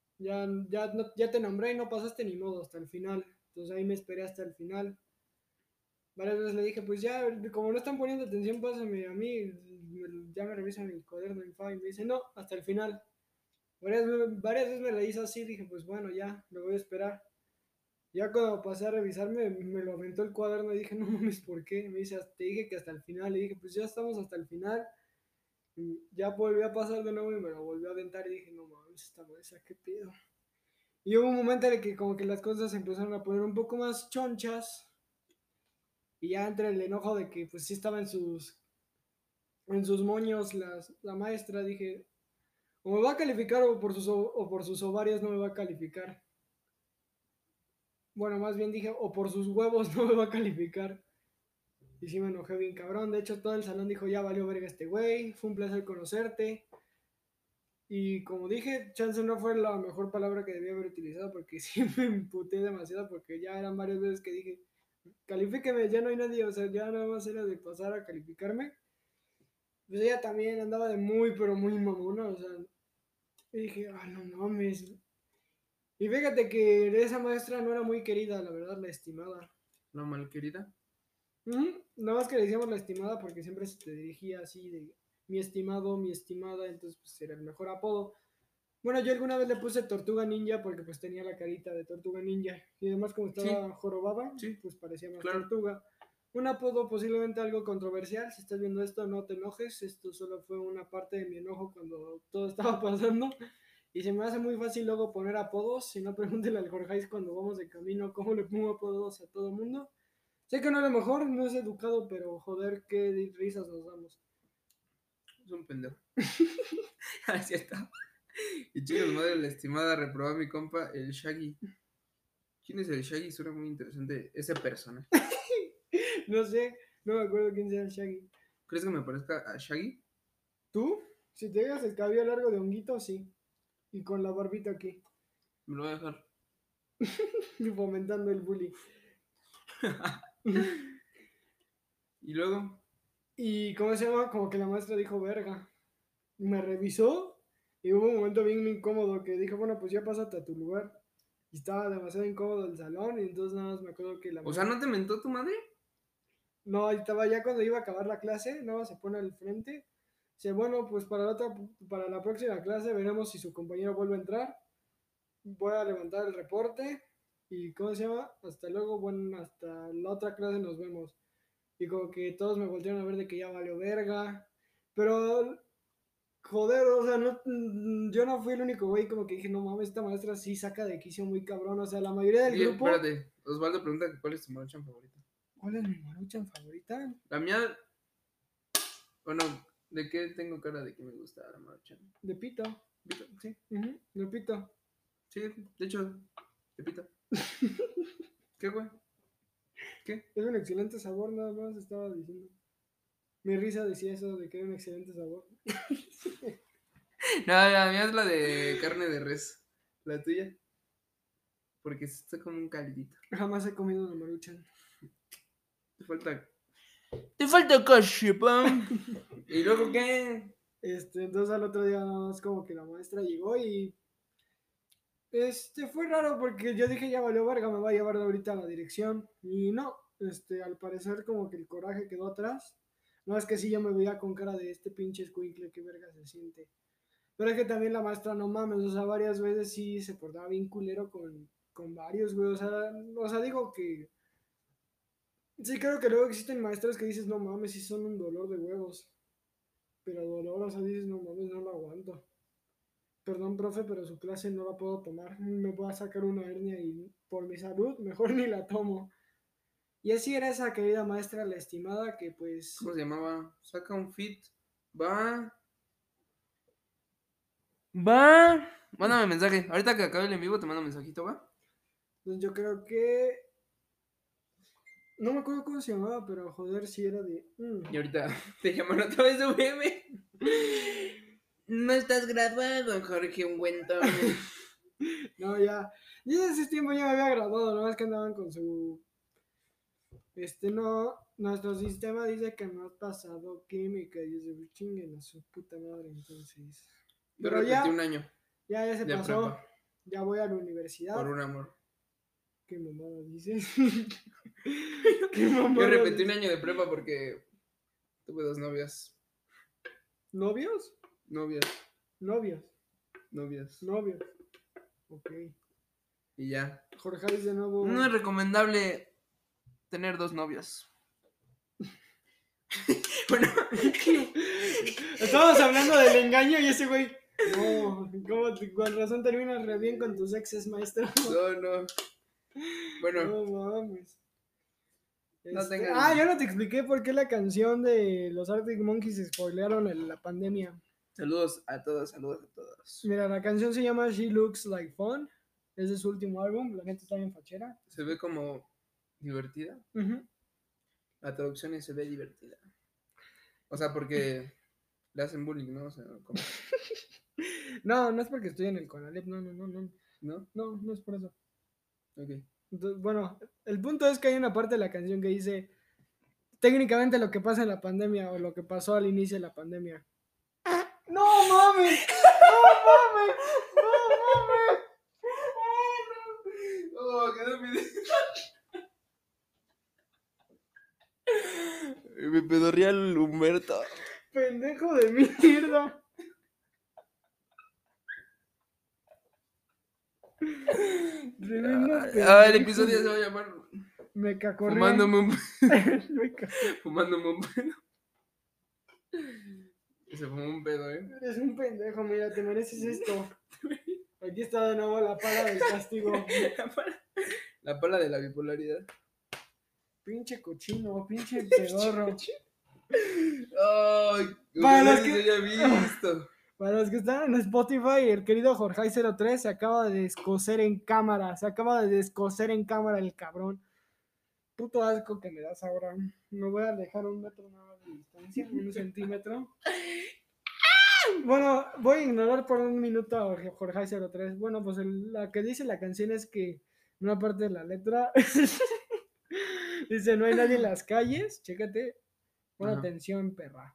ya te nombré y no pasaste ni modo hasta el final. Entonces ahí me esperé hasta el final. Varias veces le dije, pues ya, como no están poniendo atención, pásame a mí, ya me revisan el cuaderno en FA y me dice, no, hasta el final. Varias veces me la hizo así, dije, pues bueno, ya, lo voy a esperar. Ya cuando pasé a revisarme, me lo aventó el cuaderno y dije, no mames, ¿por qué? Me dice, te dije que hasta el final. Le dije, pues ya estamos hasta el final. Y ya volví a pasar de nuevo y me lo volvió a aventar y dije, no mames, esta maestra, qué pedo. Y hubo un momento en el que como que las cosas se empezaron a poner un poco más chonchas. Y ya entre el enojo de que pues sí estaba en sus moños la maestra, dije, o me va a calificar o por sus ovarios no me va a calificar. Bueno, más bien dije, o por sus huevos no me va a calificar. Y sí me enojé bien cabrón. De hecho, todo el salón dijo, ya valió verga este güey. Fue un placer conocerte. Y como dije, chance no fue la mejor palabra que debía haber utilizado porque sí me emputé demasiado porque ya eran varias veces que dije, califíqueme, ya no hay nadie. O sea, ya nada más era de pasar a calificarme. Pues ella también andaba de muy, pero muy mamona. O sea, y dije, ah, no mames. Y fíjate que esa maestra no era muy querida, la verdad, la estimada. La malquerida. Nada más que le decíamos la estimada porque siempre se te dirigía así de mi estimado, mi estimada, entonces pues era el mejor apodo. Bueno, yo alguna vez le puse Tortuga Ninja porque pues tenía la carita de Tortuga Ninja y además como Sí, estaba jorobada, sí, pues parecía más claro. tortuga. Un apodo posiblemente algo controversial, si estás viendo esto no te enojes, esto solo fue una parte de mi enojo cuando todo estaba pasando y se me hace muy fácil luego poner apodos, si no pregúntele al Jorge cuando vamos de camino cómo le pongo apodos a todo el mundo. Sé que no es lo mejor, no es educado, pero joder, qué risas nos damos. Es un pendejo. Así está. Y chicos, madre, la estimada reprobó a mi compa, el Shaggy. ¿Quién es el Shaggy? Suena muy interesante ese personaje. No sé, no me acuerdo quién sea el Shaggy. ¿Crees que me parezca a Shaggy? ¿Tú? Si te dejas el cabello largo de honguito, sí. Y con la barbita aquí, Me lo voy a dejar. fomentando el bullying. Y luego, Y ¿cómo se llama? Como que la maestra dijo, verga. Me revisó y hubo un momento bien incómodo que dijo, bueno, pues ya pásate a tu lugar. Y estaba demasiado incómodo el salón y entonces nada más me acuerdo que la o sea, maestra... ¿no te mentó tu madre? No, ahí estaba ya cuando iba a acabar la clase, no, se pone al frente. Dice, bueno, pues para la próxima clase veremos si su compañero vuelve a entrar. Voy a levantar el reporte y ¿cómo se llama? Hasta luego, bueno, hasta la otra clase nos vemos. Y como que todos me voltearon a ver de que ya valió verga. Pero, joder, o sea, no, yo no fui el único güey como que dije, no mames, esta maestra sí saca de quicio muy cabrón. O sea, la mayoría del Oye, grupo... espérate. Osvaldo pregunta que cuál es tu maruchan favorita. ¿Cuál es mi maruchan favorita? La mía, bueno, ¿de qué tengo cara de que me gusta la maruchan? De pito. Pito. Sí, de pito. Sí, de hecho, de pito. ¿Qué, güey? ¿Qué? Es un excelente sabor, nada más estaba diciendo. Mi risa decía eso de que era un excelente sabor. No, la mía es la de carne de res. ¿La tuya? Porque está como un caldito. Jamás he comido una maruchan. Te falta. Te falta cachepán. ¿Y luego qué? Entonces al otro día nada más como que la maestra llegó y fue raro porque yo dije ya valió verga, me va a llevar ahorita a la dirección y no, al parecer como que el coraje quedó atrás. No, es que sí, yo me veía con cara de este pinche escuincle, qué verga se siente. Pero es que también la maestra, no mames, o sea, varias veces sí se portaba bien culero con varios, güey. O sea, digo que sí creo que luego existen maestros que dices, no mames, sí son un dolor de huevos. Pero dolor, o sea, dices, no mames, no lo aguanto. Perdón, profe, pero su clase no la puedo tomar. Me voy a sacar una hernia y por mi salud, mejor ni la tomo. Y así era esa querida maestra, la estimada, que pues, ¿Cómo se llamaba? Saca un fit. Va. Va. Mándame mensaje. Ahorita que acabe el en vivo te mando un mensajito, ¿va? pues yo creo que, no me acuerdo cómo se llamaba, pero joder, sí era de... Y ahorita te llaman otra vez de VM. No estás graduado, Jorge Ungüento. No, ya ese tiempo ya me había graduado, no es que andaban con su... no, nuestro sistema dice que no has pasado química y se chinguen a su puta madre, entonces... Yo Pero repetí ya, un año ya se de pasó, prepa ya voy a la universidad. por un amor. ¿Qué mamada dices? ¿Qué Yo mamada repetí un dices? año de prepa porque tuve 2 novias. ¿Novios? Novias, Novios, novias. novios. Ok. Y ya. Jorge de nuevo. No es recomendable tener 2 novias. Bueno, Estábamos hablando del engaño y ese güey. No, con razón terminas re bien con tus exes, maestro. no. Bueno, No mames. no tengan. Yo no te expliqué por qué la canción de los Arctic Monkeys spoilearon en la pandemia. Saludos a todos, saludos a todos. Mira, la canción se llama She Looks Like Fun. Es de su último álbum. La gente está bien fachera. Se ve como divertida. Ujú. La traducción es se ve divertida. O sea, porque le hacen bullying, ¿no? O sea, como. No, no es porque estoy en el Conalep. No. ¿No? No es por eso. Ok. Entonces, bueno, el punto es que hay una parte de la canción que dice técnicamente lo que pasa en la pandemia o lo que pasó al inicio de la pandemia. ¡No mames! ¡No mames! ¡No mames! Oh, quedó mi. Me pedorría el Humberto. ¡Pendejo de mierda! Tremendo El episodio se va a llamar Me cacorrea. Fumándome un Me ca- Fumándome un pedo. Se fumó un pedo, ¿eh? Eres un pendejo, mira, te mereces esto. Aquí está de nuevo la pala del castigo. La pala de la bipolaridad. Pinche cochino, pinche pedorro. Ay, Para ojalá los que que- se haya visto. Para los que están en Spotify, el querido Jorge03 se acaba de descoser en cámara. Se acaba de descoser en cámara el cabrón. Puto asco que me das ahora. Me voy a alejar 1 metro nada más de distancia, 1 centímetro. Bueno, voy a ignorar por 1 minuto a Jorge03. Bueno, pues la que dice la canción es que una parte de la letra dice: no hay nadie en las calles. Chécate. Pon Ajá. atención, perra.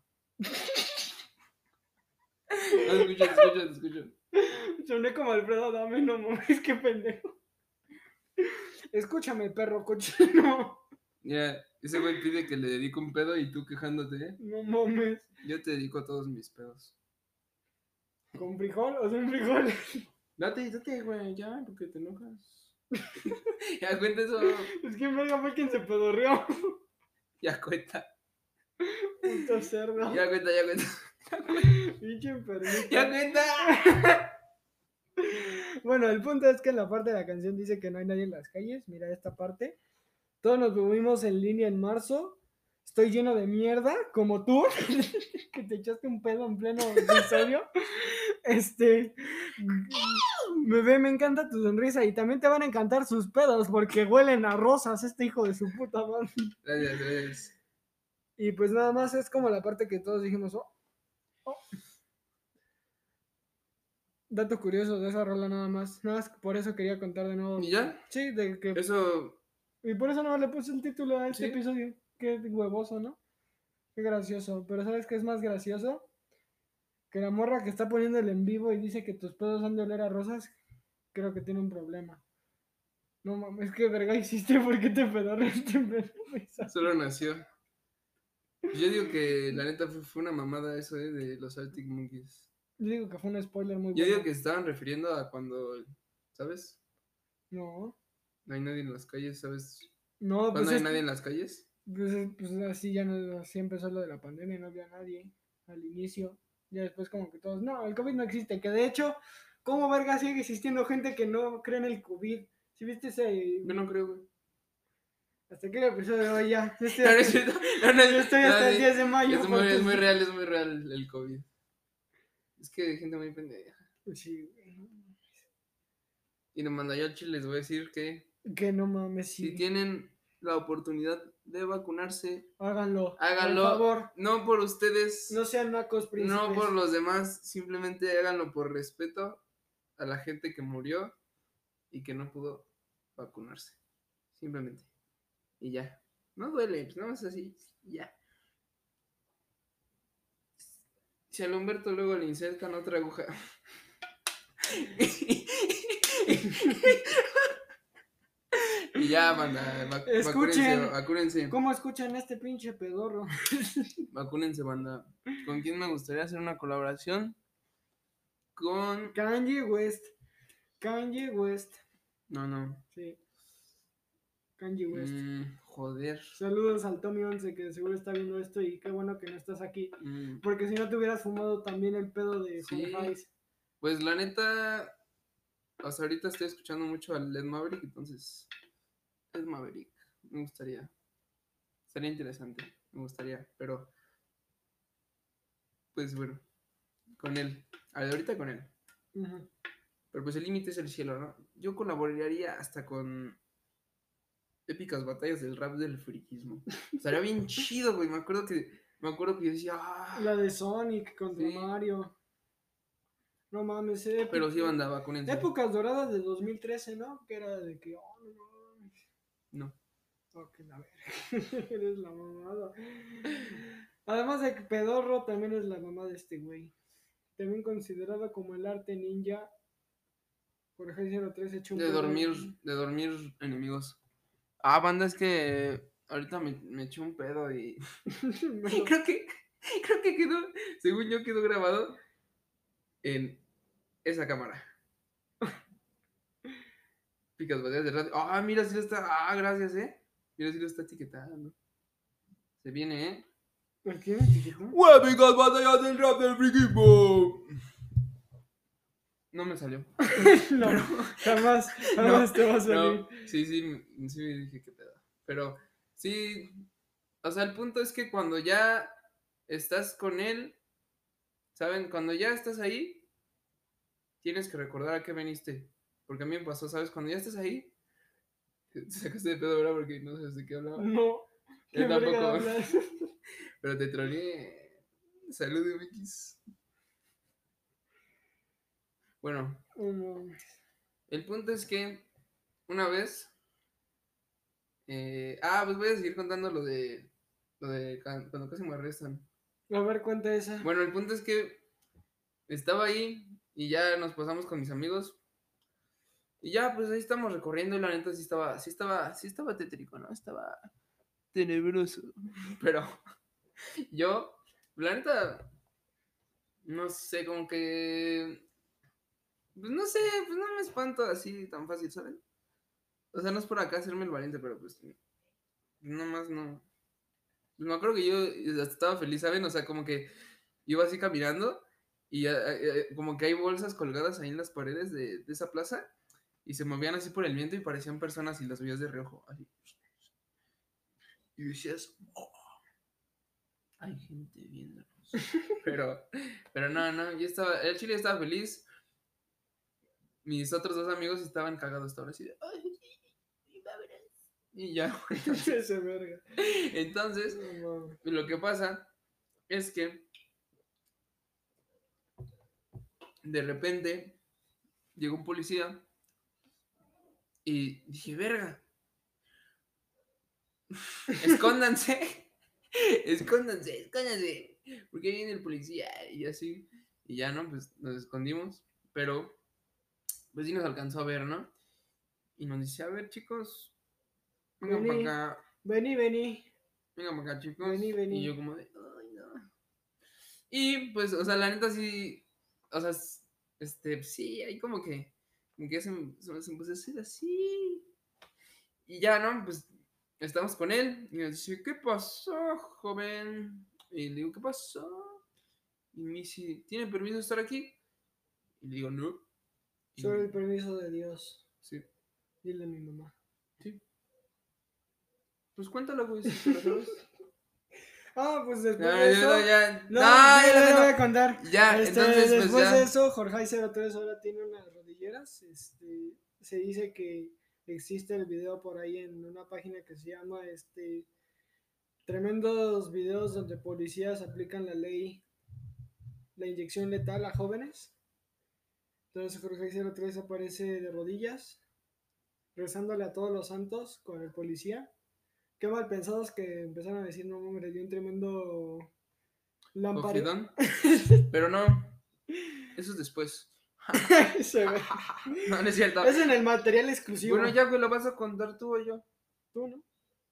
No, escucha. Soné como Alfredo Dame, no mames, qué pendejo. Escúchame, perro cochino. Ya, ese güey pide que le dedico un pedo y tú quejándote, ¿eh? No mames. Yo te dedico a todos mis pedos. ¿Con frijol o sin frijol? Date, güey, ya, porque te enojas. Ya cuenta eso. Es que verga fue quien se pedorreó. Ya cuenta. Puto cerdo. Ya cuenta. Pinche enfermito. Ya cuenta. Bueno, el punto es que en la parte de la canción dice que no hay nadie en las calles. Mira esta parte. Todos nos vimos en línea en marzo. Estoy lleno de mierda, como tú, que te echaste un pedo en pleno episodio. Me encanta tu sonrisa y también te van a encantar sus pedos porque huelen a rosas, este hijo de su puta madre. Gracias. Y pues nada más es como la parte que todos dijimos, oh. Dato curioso de esa rola nada más por eso quería contar de nuevo. ¿Y ya? Sí, de que... Eso. Y por eso no le puse el título a este ¿Sí? episodio. Qué huevoso, ¿no? Qué gracioso. Pero ¿sabes qué es más gracioso? Que la morra que está poniendo el en vivo y dice que tus pedos han de oler a rosas, creo que tiene un problema. No mames, ¿qué verga hiciste? ¿Por qué te pedorreaste? Solo nació. Yo digo que la neta fue una mamada eso, de los Arctic Monkeys. Yo digo que fue un spoiler muy Yo bueno. digo que se estaban refiriendo a cuando, ¿sabes? No, No hay nadie en las calles, ¿sabes? no, ¿Cuándo pues hay es nadie en las calles? pues así ya no, así empezó lo de la pandemia, no había nadie al inicio. Ya después como que todos, no, el COVID no existe, que de hecho, ¿cómo verga sigue existiendo gente que no cree en el COVID? ¿Sí viste ese? Yo no creo, güey. Hasta que el episodio de hoy ya. Yo estoy No, no es hasta, cierto. No, no, yo estoy no, hasta el sí. 10 de mayo. Es muy real el COVID. Es que hay gente muy pendeja. Sí, güey. Y nos manda yo al Chile, les voy a decir que Que no mames, si sí. tienen la oportunidad de vacunarse, Háganlo, por háganlo. favor. No por ustedes, No sean nacos príncipes. no por los demás, simplemente háganlo por respeto a la gente que murió y que no pudo vacunarse. Simplemente. Y ya. No duele, pues no es así. Ya. Si al Humberto luego le insertan otra aguja. Y ya, banda. Escuchen. Vacúnense. ¿Cómo escuchan este pinche pedorro? Vacúnense, banda. ¿Con quién me gustaría hacer una colaboración? Con. Kanye West. Kanye West. No. Sí. Kanye West. Joder. Saludos al Tommy 11 que seguro está viendo esto y qué bueno que no estás aquí. Mm, Porque si no te hubieras fumado también el pedo de sí. Jorge. Pues la neta. Hasta ahorita estoy escuchando mucho al Led Maverick, entonces. Led Maverick. Me gustaría. Sería interesante. Me gustaría. Pero. Pues bueno. Con él. Ahorita con él. Uh-huh. Pero pues el límite es el cielo, ¿no? Yo colaboraría hasta con épicas batallas del rap del friquismo. Estaría bien chido, güey. Me acuerdo que yo decía, La de Sonic contra sí. Mario. No mames, Pero sí, banda, vacúnense. épocas doradas de 2013, ¿no? Que era de que, oh, no mames. No. Ok, a ver. Eres la mamada. Además de que pedorro también es la mamá de este güey. También considerado como el arte ninja. Por ejemplo, 03 hecho un De dormir enemigos. Banda, es que ahorita me eché un pedo y creo que quedó, según yo quedó grabado en esa cámara. Picas batallas de radio. Mira, si lo está. Gracias, Mira, si lo está etiquetando. Se viene, ¿Por qué me etiquetó? ¡Épicas batallas del rap del friquismo! No me salió. No, Pero, jamás no, te va a salir. no, sí, me dije qué pedo. Pero sí, o sea, el punto es que cuando ya estás con él, ¿saben? Cuando ya estás ahí, tienes que recordar a qué veniste. Porque a mí me pasó, ¿sabes? Cuando ya estás ahí, te sacaste de pedo ahora porque no sabes de qué hablaba. No, Yo qué verga tampoco. hablas. Pero te troleé. Salud, MX. Bueno, Oh, no. el punto es que una vez. Pues voy a seguir contando lo de cuando casi me arrestan. A ver, cuenta esa. Bueno, el punto es que estaba ahí y ya nos pasamos con mis amigos. Y ya, pues ahí estamos recorriendo y la neta sí estaba tétrico, ¿no? Estaba tenebroso. Pero yo, la neta, no sé, como que, pues no sé, pues no me espanto así tan fácil, ¿saben? O sea, no es por acá hacerme el valiente, pero pues, nomás no. Pues me acuerdo que yo hasta estaba feliz, ¿saben? O sea, como que iba así caminando y como que hay bolsas colgadas ahí en las paredes de esa plaza y se movían así por el viento y parecían personas y las veías de reojo, así. Y decías, hay gente viéndonos. Pero no, el chile estaba feliz. Mis otros dos amigos estaban cagados ahora así de, ay, y ya, Ese verga. entonces, No, mames. lo que pasa es que de repente llegó un policía y dije, verga, escóndanse, escóndanse, porque ahí viene el policía y así, y ya no, pues nos escondimos, pero pues sí nos alcanzó a ver, ¿no? Y nos dice, a ver chicos, vengan para Vení, acá. vení. venga para acá, chicos. Vení, vení. Y yo como de, ay, no. Y pues, o sea, la neta sí, o sea, sí, ahí como que se empezó a hacer así. Y ya, ¿no? Pues estamos con él y me dice, ¿qué pasó, joven? Y le digo, ¿qué pasó? Y me dice, ¿tiene permiso de estar aquí? Y le digo, no. Y Solo el permiso de Dios. sí, Dile a mi mamá. sí. Pues cuéntalo, güey, si te lo sabes. Pues después No, de yo eso. no, ya. No, No, sí, ya lo ya voy a cuento. contar. Ya, entonces, pues Después ya. de eso, Jorge03 ahora tiene unas rodilleras. Se dice que existe el video por ahí en una página que se llama tremendos videos donde policías aplican la ley, la inyección letal a jóvenes. Entonces Jorge03 aparece de rodillas, rezándole a todos los santos con el policía. Qué mal pensados que empezaron a decir, no, hombre, dio un tremendo lámpara. Cogidón. Pero no, eso es después. Se ve. No, no es cierto. Es en el material exclusivo. Bueno, ya, güey, lo vas a contar tú o yo. Tú, ¿no?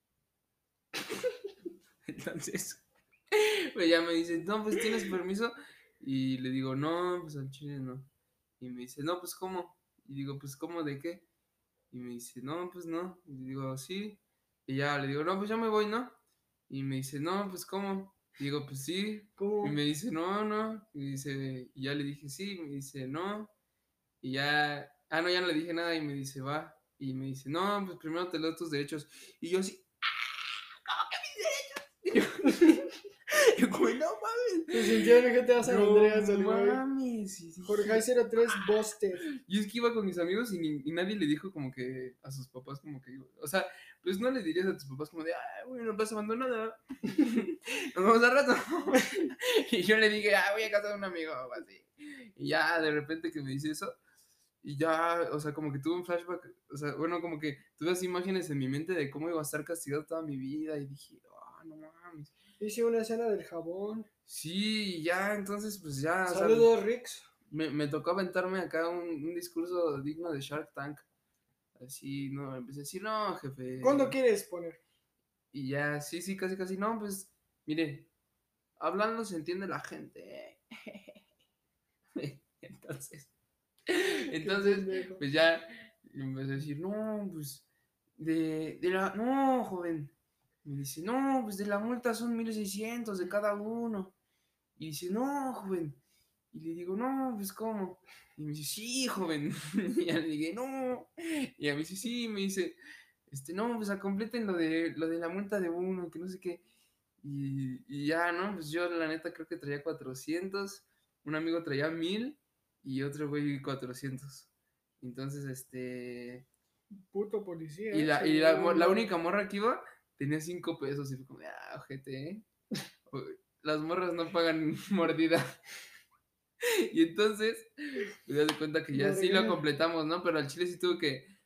Entonces, pues ya me dice, no, pues tienes permiso. Y le digo, no, pues al chile no. Y me dice, no, pues ¿cómo? Y digo, pues ¿cómo de qué? Y me dice, no, pues no. Y digo, sí. Y ya le digo, no, pues ya me voy, ¿no? Y me dice, no, pues ¿cómo? Y digo, pues sí. ¿Cómo? Y me dice, no, no. Y dice, y ya le dije, sí. Y me dice, no. Y ya, no, ya no le dije nada. Y me dice, va. Y me dice, no, pues primero te leo tus derechos. Y yo así, ¿cómo que mis derechos? Y yo como, no mames. Se sintió en GTA San Andreas, No el güey. mames. Y dije, Jorge03 Busted. y es que iba con mis amigos y nadie le dijo como que a sus papás como que, o sea, pues no le dirías a tus papás como de, ay, güey, no vas abandonada. Nos vemos al rato. Y yo le dije, voy a casa de un amigo o así. Y ya de repente que me dice eso, y ya, o sea, como que tuve un flashback, o sea, bueno, como que tuve así imágenes en mi mente de cómo iba a estar castigado toda mi vida y dije, no mames. Hice una escena del jabón. Sí, ya, entonces pues ya, o sea, Saludos, Rix. me tocó aventarme acá un discurso digno de Shark Tank. Así, no, empecé a decir, no, jefe. ¿Cuándo quieres poner? Y ya, sí, casi, casi, no, pues, mire, hablando se entiende la gente. Entonces, pendejo. pues ya empecé a decir, no, pues, no, joven. Me dice, no, pues de la multa son 1,600 de cada uno. Y dice, no, joven. Y le digo, no, pues ¿cómo? Y me dice, sí, joven. Y ya le dije, no. Y a mí dice, sí, me dice, no, pues completen lo de la multa de uno, que no sé qué. Y ya, ¿no? Pues yo la neta creo que traía 400, un amigo traía 1,000 y otro güey 400. Entonces, Puto policía. y la única morra que iba tenía 5 pesos y fue como, ojete, ¿eh? Las morras no pagan mordida. Y entonces, me das cuenta que ya sí lo completamos, ¿no? Pero al chile sí tuve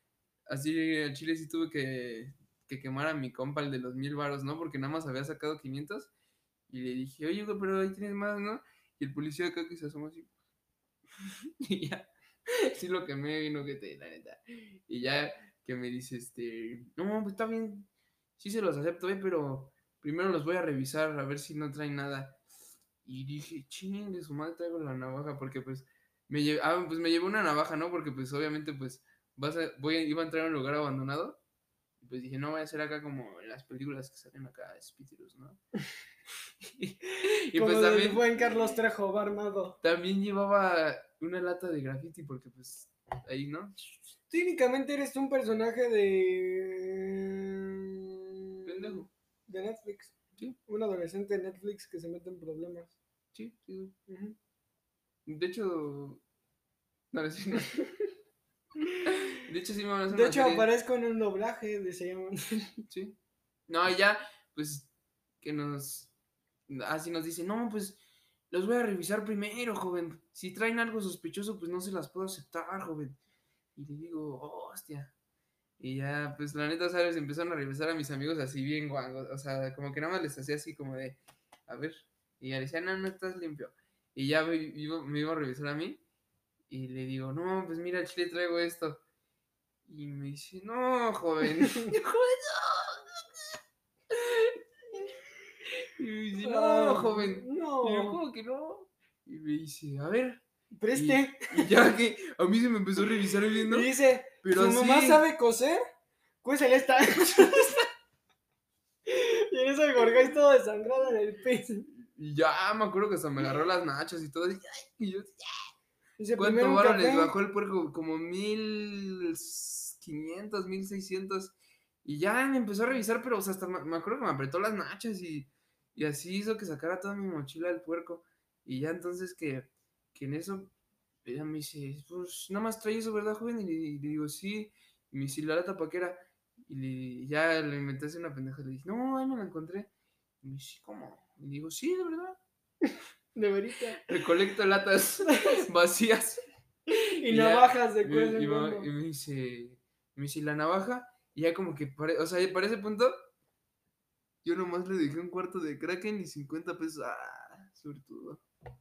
que quemar a mi compa, el de los 1,000 varos, ¿no? Porque nada más había sacado 500. Y le dije, oye, güey, pero ahí tienes más, ¿no? Y el policía acá que se asomó así. Y ya, sí lo quemé, vino que te, la neta. Y ya que me dice, no, pues está bien, sí se los acepto, pero primero los voy a revisar a ver si no traen nada. Y dije, ching, de su madre traigo la navaja, porque pues pues me llevé una navaja, ¿no? Porque pues obviamente pues iba a entrar a un lugar abandonado. Y pues dije, no voy a ser acá como en las películas que salen acá, espíritus, ¿no? Y como pues también, el buen Carlos Trejo va armado. También llevaba una lata de graffiti porque pues ahí, ¿no? Técnicamente eres un personaje Pendejo. de Netflix. Sí. Un adolescente de Netflix que se mete en problemas. Sí. De hecho, no le sé. De hecho, sí me van a hacer De hecho, aparezco en un doblaje de se llaman. Sí. No, ya, pues, que así nos dice, no, pues, los voy a revisar primero, joven. Si traen algo sospechoso, pues no se las puedo aceptar, joven. Y le digo, hostia. Y ya, pues, la neta, ¿sabes? Empezaron a revisar a mis amigos así bien guangos. O sea, como que nada más les hacía así como de, a ver. Y ya le decía, no estás limpio. Y ya me iba a revisar a mí. Y le digo, no, pues mira, al chile traigo esto. Y me dice, no, joven. Joven, no. Y no, joven. No. Y yo, ¿cómo que no? Y me dice, a ver. Preste. Y ya que a mí se me empezó a revisar viendo. Y dice, pero ¿su mamá sí. sabe coser? Cuésele esta. Y en eso el Gorgais todo desangrado en el piso. Y ya me acuerdo que hasta me agarró las nachas y todo. Y yo, Dice, ¿cuánto primero un varo les café. bajó el puerco? Como 1500, 1600. Y ya me empezó a revisar, pero o sea, hasta me acuerdo que me apretó las nachas y así hizo que sacara toda mi mochila del puerco. Y ya entonces que en eso, ella me dice, pues nada más trae eso, ¿verdad, joven? Y le digo, sí. Y me dice, ¿la lata pa' qué era? Y ya le inventé así una pendeja. Le dije, no, ahí me la encontré. Y me dice, ¿cómo? Y digo, sí, de verdad. De verita. Recolecto latas vacías. Y ya, navajas de y cuerno. me dice, ¿la navaja? Y ya como que, o sea, para ese punto, yo nomás le dejé un cuarto de Kraken y 50 pesos. Ah, suertudo.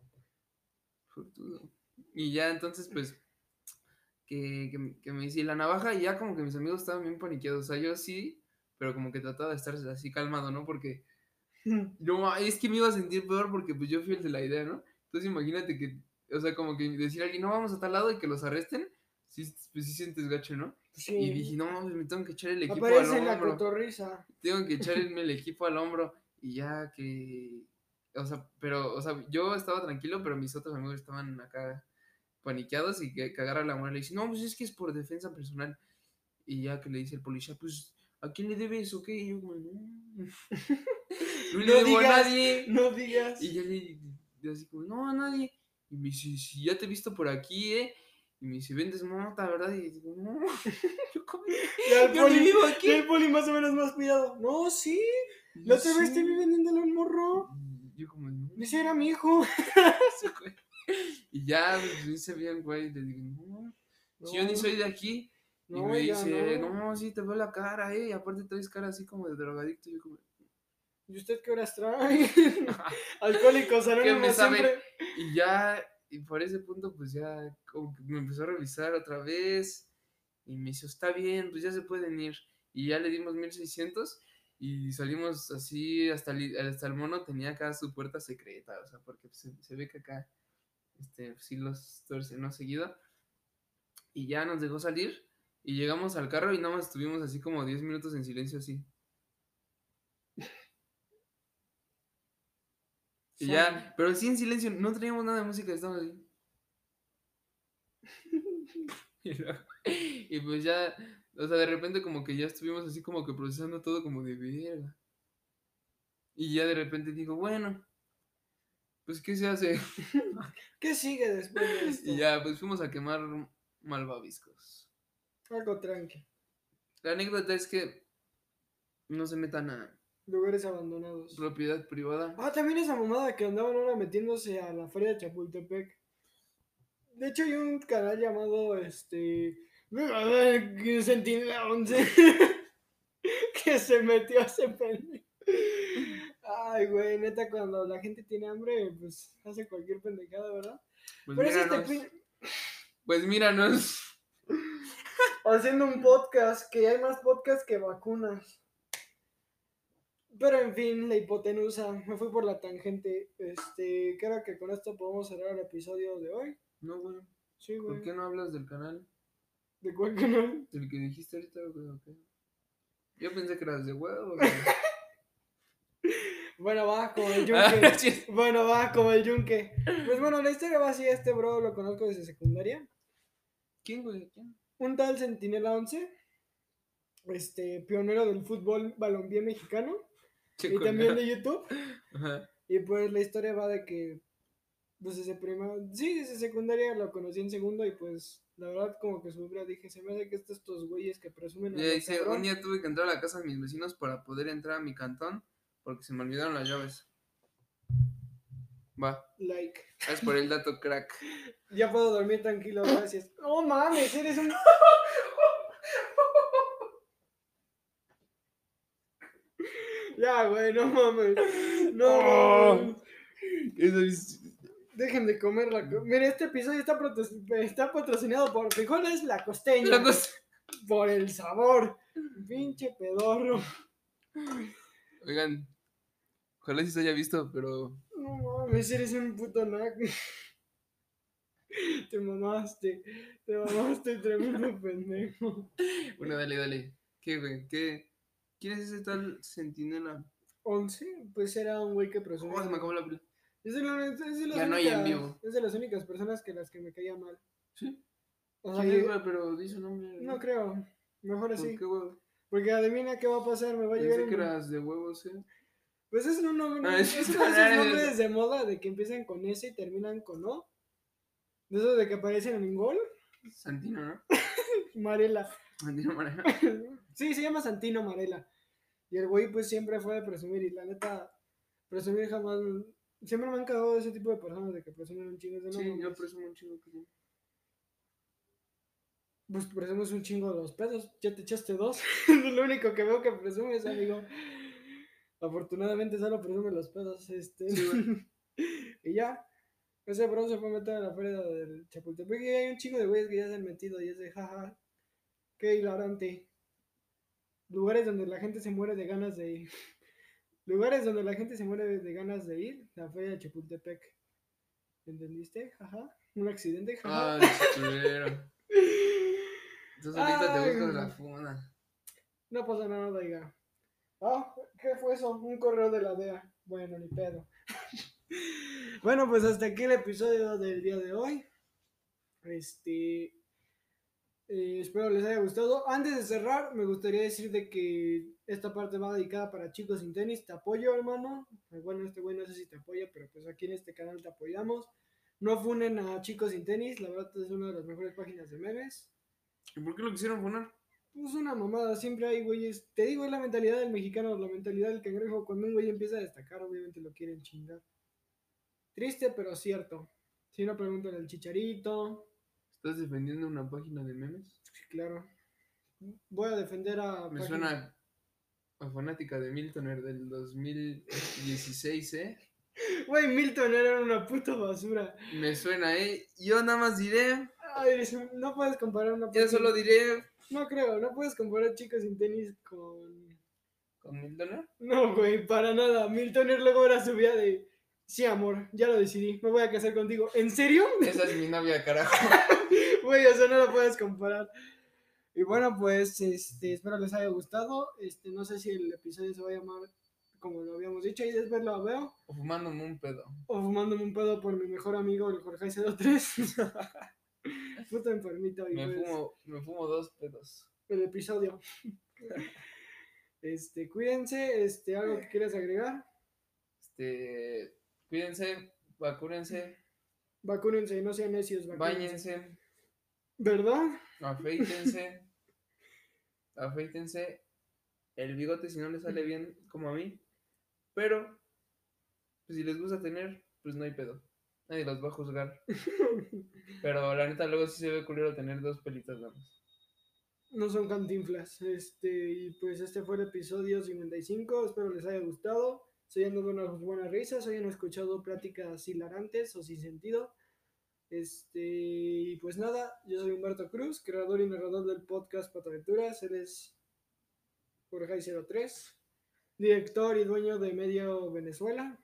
Y ya entonces, pues, que me dice, ¿la navaja? Y ya como que mis amigos estaban bien paniqueados. O sea, yo sí, pero como que trataba de estar así calmado, ¿no? Porque, no, es que me iba a sentir peor porque pues yo fui el de la idea, ¿no? Entonces imagínate que, o sea, como que decir a alguien, no, vamos a tal lado y que los arresten, sí, pues sí sientes gacho, ¿no? Sí. Y dije, no, pues me tengo que echar el equipo Aparece al en la hombro. cotorriza. Tengo que echarme el equipo al hombro y ya que, o sea, pero, o sea, yo estaba tranquilo, pero mis otros amigos estaban acá paniqueados y que agarra la mujer y le dice, no, pues es que es por defensa personal. Y ya que le dice el policía, pues, ¿a quién le debes o qué? Y yo como, no, no le debo a nadie. No digas. Y ya le así como, no, a nadie. Y me dice, si ya te he visto por aquí, Y me dice, vendes mota, ¿verdad? Y digo, no, yo como, yo ni vivo aquí. Y el poli más o menos más pillado. No, sí. La otra vez te vi vendiéndole un morro. Y yo como, no. Dice, era mi hijo. Y ya me dice bien, güey, le digo, no, si yo ni soy de aquí. Y No, me ya dice, no. no, sí, te veo la cara, y aparte traes cara así como de drogadicto. Y yo como, ¿Y usted qué horas trae? Alcohólicos ¿qué me Anónimos sabe? siempre. Y ya, y por ese punto, pues ya como que me empezó a revisar otra vez. Y me dice, está bien, pues ya se pueden ir. Y ya le dimos 1600 y salimos así hasta el mono tenía acá su puerta secreta, o sea, porque se ve que acá sí los tuerce, ¿no? Seguido. Y ya nos dejó salir y llegamos al carro y nada más estuvimos así como 10 minutos en silencio así. Y ya, pero sí en silencio, no teníamos nada de música, estábamos así. Y pues ya, o sea, de repente como que ya estuvimos así como que procesando todo como de verga. Y ya de repente digo, bueno, pues ¿qué se hace? ¿Qué sigue después de esto? Y ya, pues fuimos a quemar malvaviscos. Algo tranqui. La anécdota es que no se metan a Lugares abandonados. propiedad privada. Ah, también esa mamada que andaban ahora metiéndose a la feria de Chapultepec. De hecho hay un canal llamado Sentinela 11 que se metió a ese pendejo. Ay, güey, neta, cuando la gente tiene hambre, pues hace cualquier pendejada, ¿verdad? Pues Pero míranos. es Pues míranos. haciendo un podcast, que hay más podcasts que vacunas. Pero en fin, la hipotenusa, me fui por la tangente. Creo que con esto podemos cerrar el episodio de hoy. No, güey. Sí, güey. ¿Por qué no hablas del canal? ¿De cuál canal? Del que dijiste ahorita, güey, ¿o qué? Yo pensé que eras de huevo, güey. Bueno, va, como el yunque. Bueno, va, como el yunque. Pues bueno, la historia va así, bro lo conozco desde secundaria. ¿Quién, güey? ¿Quién? Un tal Sentinela 11, pionero del fútbol balompié mexicano. Y también de YouTube. Ajá. Y pues la historia va de que, pues desde secundaria lo conocí en segundo y pues la verdad como que su vida dije, se me hace que estos güeyes que presumen. Y dice, un día tuve que entrar a la casa de mis vecinos para poder entrar a mi cantón porque se me olvidaron las llaves. Va. Like. Gracias por el dato, crack. Ya puedo dormir tranquilo, gracias. No mames, eres un... Ya, güey, no mames. No mames. Dejen de comer la... Mira, este episodio está patrocinado por Frijoles La Costeña. Por el sabor. Pinche pedorro. Oigan, Ojalá sí se haya visto, pero... No mames, eres un puto naco. Te mamaste, tremendo pendejo. Bueno, dale. ¿Qué, güey? ¿Qué? ¿Quién es ese tal Centinela? 11, pues era un güey que presumía. Oh, se me acabó la pila. Es de las Ya no hay en únicas, vivo. es de las únicas personas que las que me caía mal. ¿Sí? O sea, ¿Quién es, güey? Pero dice un nombre. no creo, mejor ¿Por así. qué, güey? Porque adivina qué va a pasar, me va a llegar Pensé que un... eras de huevos, Pues es un nombre, Ah, es uno de esos nombres de moda de que empiezan con S y terminan con O. De esos de que aparecen en Gol. Santino, ¿no? Marela. Santino Mareja. Sí, se llama Santino Marela. Y el güey pues siempre fue de presumir y la neta, presumir jamás... Siempre me han cagado ese tipo de personas de que presumen un chingo de Sí, no yo mames. presumo un chingo que sí. Pues presumes un chingo de los pedos. Ya te echaste dos. Es lo único que veo que presumes, amigo. Afortunadamente solo presume los pedos. Sí, güey. Y ya. Ese bro se fue a meter a la feria del Chapultepec y hay un chingo de güeyes que ya se han metido y es de jaja. Qué hilarante. Lugares donde la gente se muere de ganas de ir. Lugares donde la gente se muere de ganas de ir. La feria de Chapultepec. ¿Entendiste? Jaja. Un accidente, jaja. Ay, culero. Tú solita te Ay, buscas la funda. no pasa nada, oiga. Ah, ¿qué fue eso? Un correo de la DEA. Bueno, ni pedo. Bueno, pues hasta aquí el episodio del día de hoy. Espero les haya gustado. Antes de cerrar, me gustaría decir de que esta parte va dedicada para chicos sin tenis. Te apoyo, hermano. Bueno, este güey no sé si te apoya, pero pues aquí en este canal te apoyamos. No funen a chicos sin tenis. La verdad es una de las mejores páginas de memes. ¿Y por qué lo quisieron poner? Pues una mamada, siempre hay güeyes. Te digo, es la mentalidad del mexicano, la mentalidad del cangrejo. Cuando un güey empieza a destacar, obviamente lo quieren chingar. Triste, pero cierto. Si no, preguntan al Chicharito. ¿Estás defendiendo una página de memes? Sí, claro. Voy a defender a... Me suena a fanática de Miltoner del 2016, ¿eh? Güey, Milton era una puta basura. Me suena, ¿eh? Yo nada más diré... Ay, no puedes comparar una Yo página... solo diré... No creo, no puedes comparar chicos sin tenis con... ¿Con Miltoner? No, güey, para nada. Miltoner luego era su vida de... Sí, amor, ya lo decidí, me voy a casar contigo. ¿En serio? Esa es mi novia, carajo. Güey, o sea, no lo puedes comparar. Y bueno, pues, espero les haya gustado. No sé si el episodio se va a llamar como lo habíamos dicho, y después lo veo. O fumándome un pedo. O fumándome un pedo por mi mejor amigo, el Jorge 03. Puto enfermito. Y Me fumo 2 pedos. el episodio. Cuídense, algo que quieras agregar. Cuídense, vacúrense, Vacúnense, no sean necios, vacúnense. báñense, ¿Verdad? afeítense el bigote si no les sale bien como a mí, pero pues, si les gusta tener, pues no hay pedo, nadie los va a juzgar, pero la neta luego sí se ve culero tener 2 pelitas nada más. No son cantinflas. Y pues este fue el episodio 55. Espero les haya gustado. Se hayan dado unas buenas risas, hayan escuchado pláticas hilarantes o sin sentido. Y pues nada, yo soy Humberto Cruz, creador y narrador del podcast Pataventuras. Él es Jorge03, director y dueño de Medio Venezuela.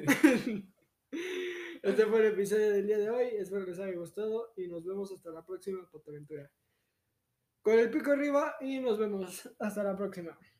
Este fue el episodio del día de hoy. Espero les haya gustado y nos vemos hasta la próxima Pataventura. Con el pico arriba y nos vemos hasta la próxima.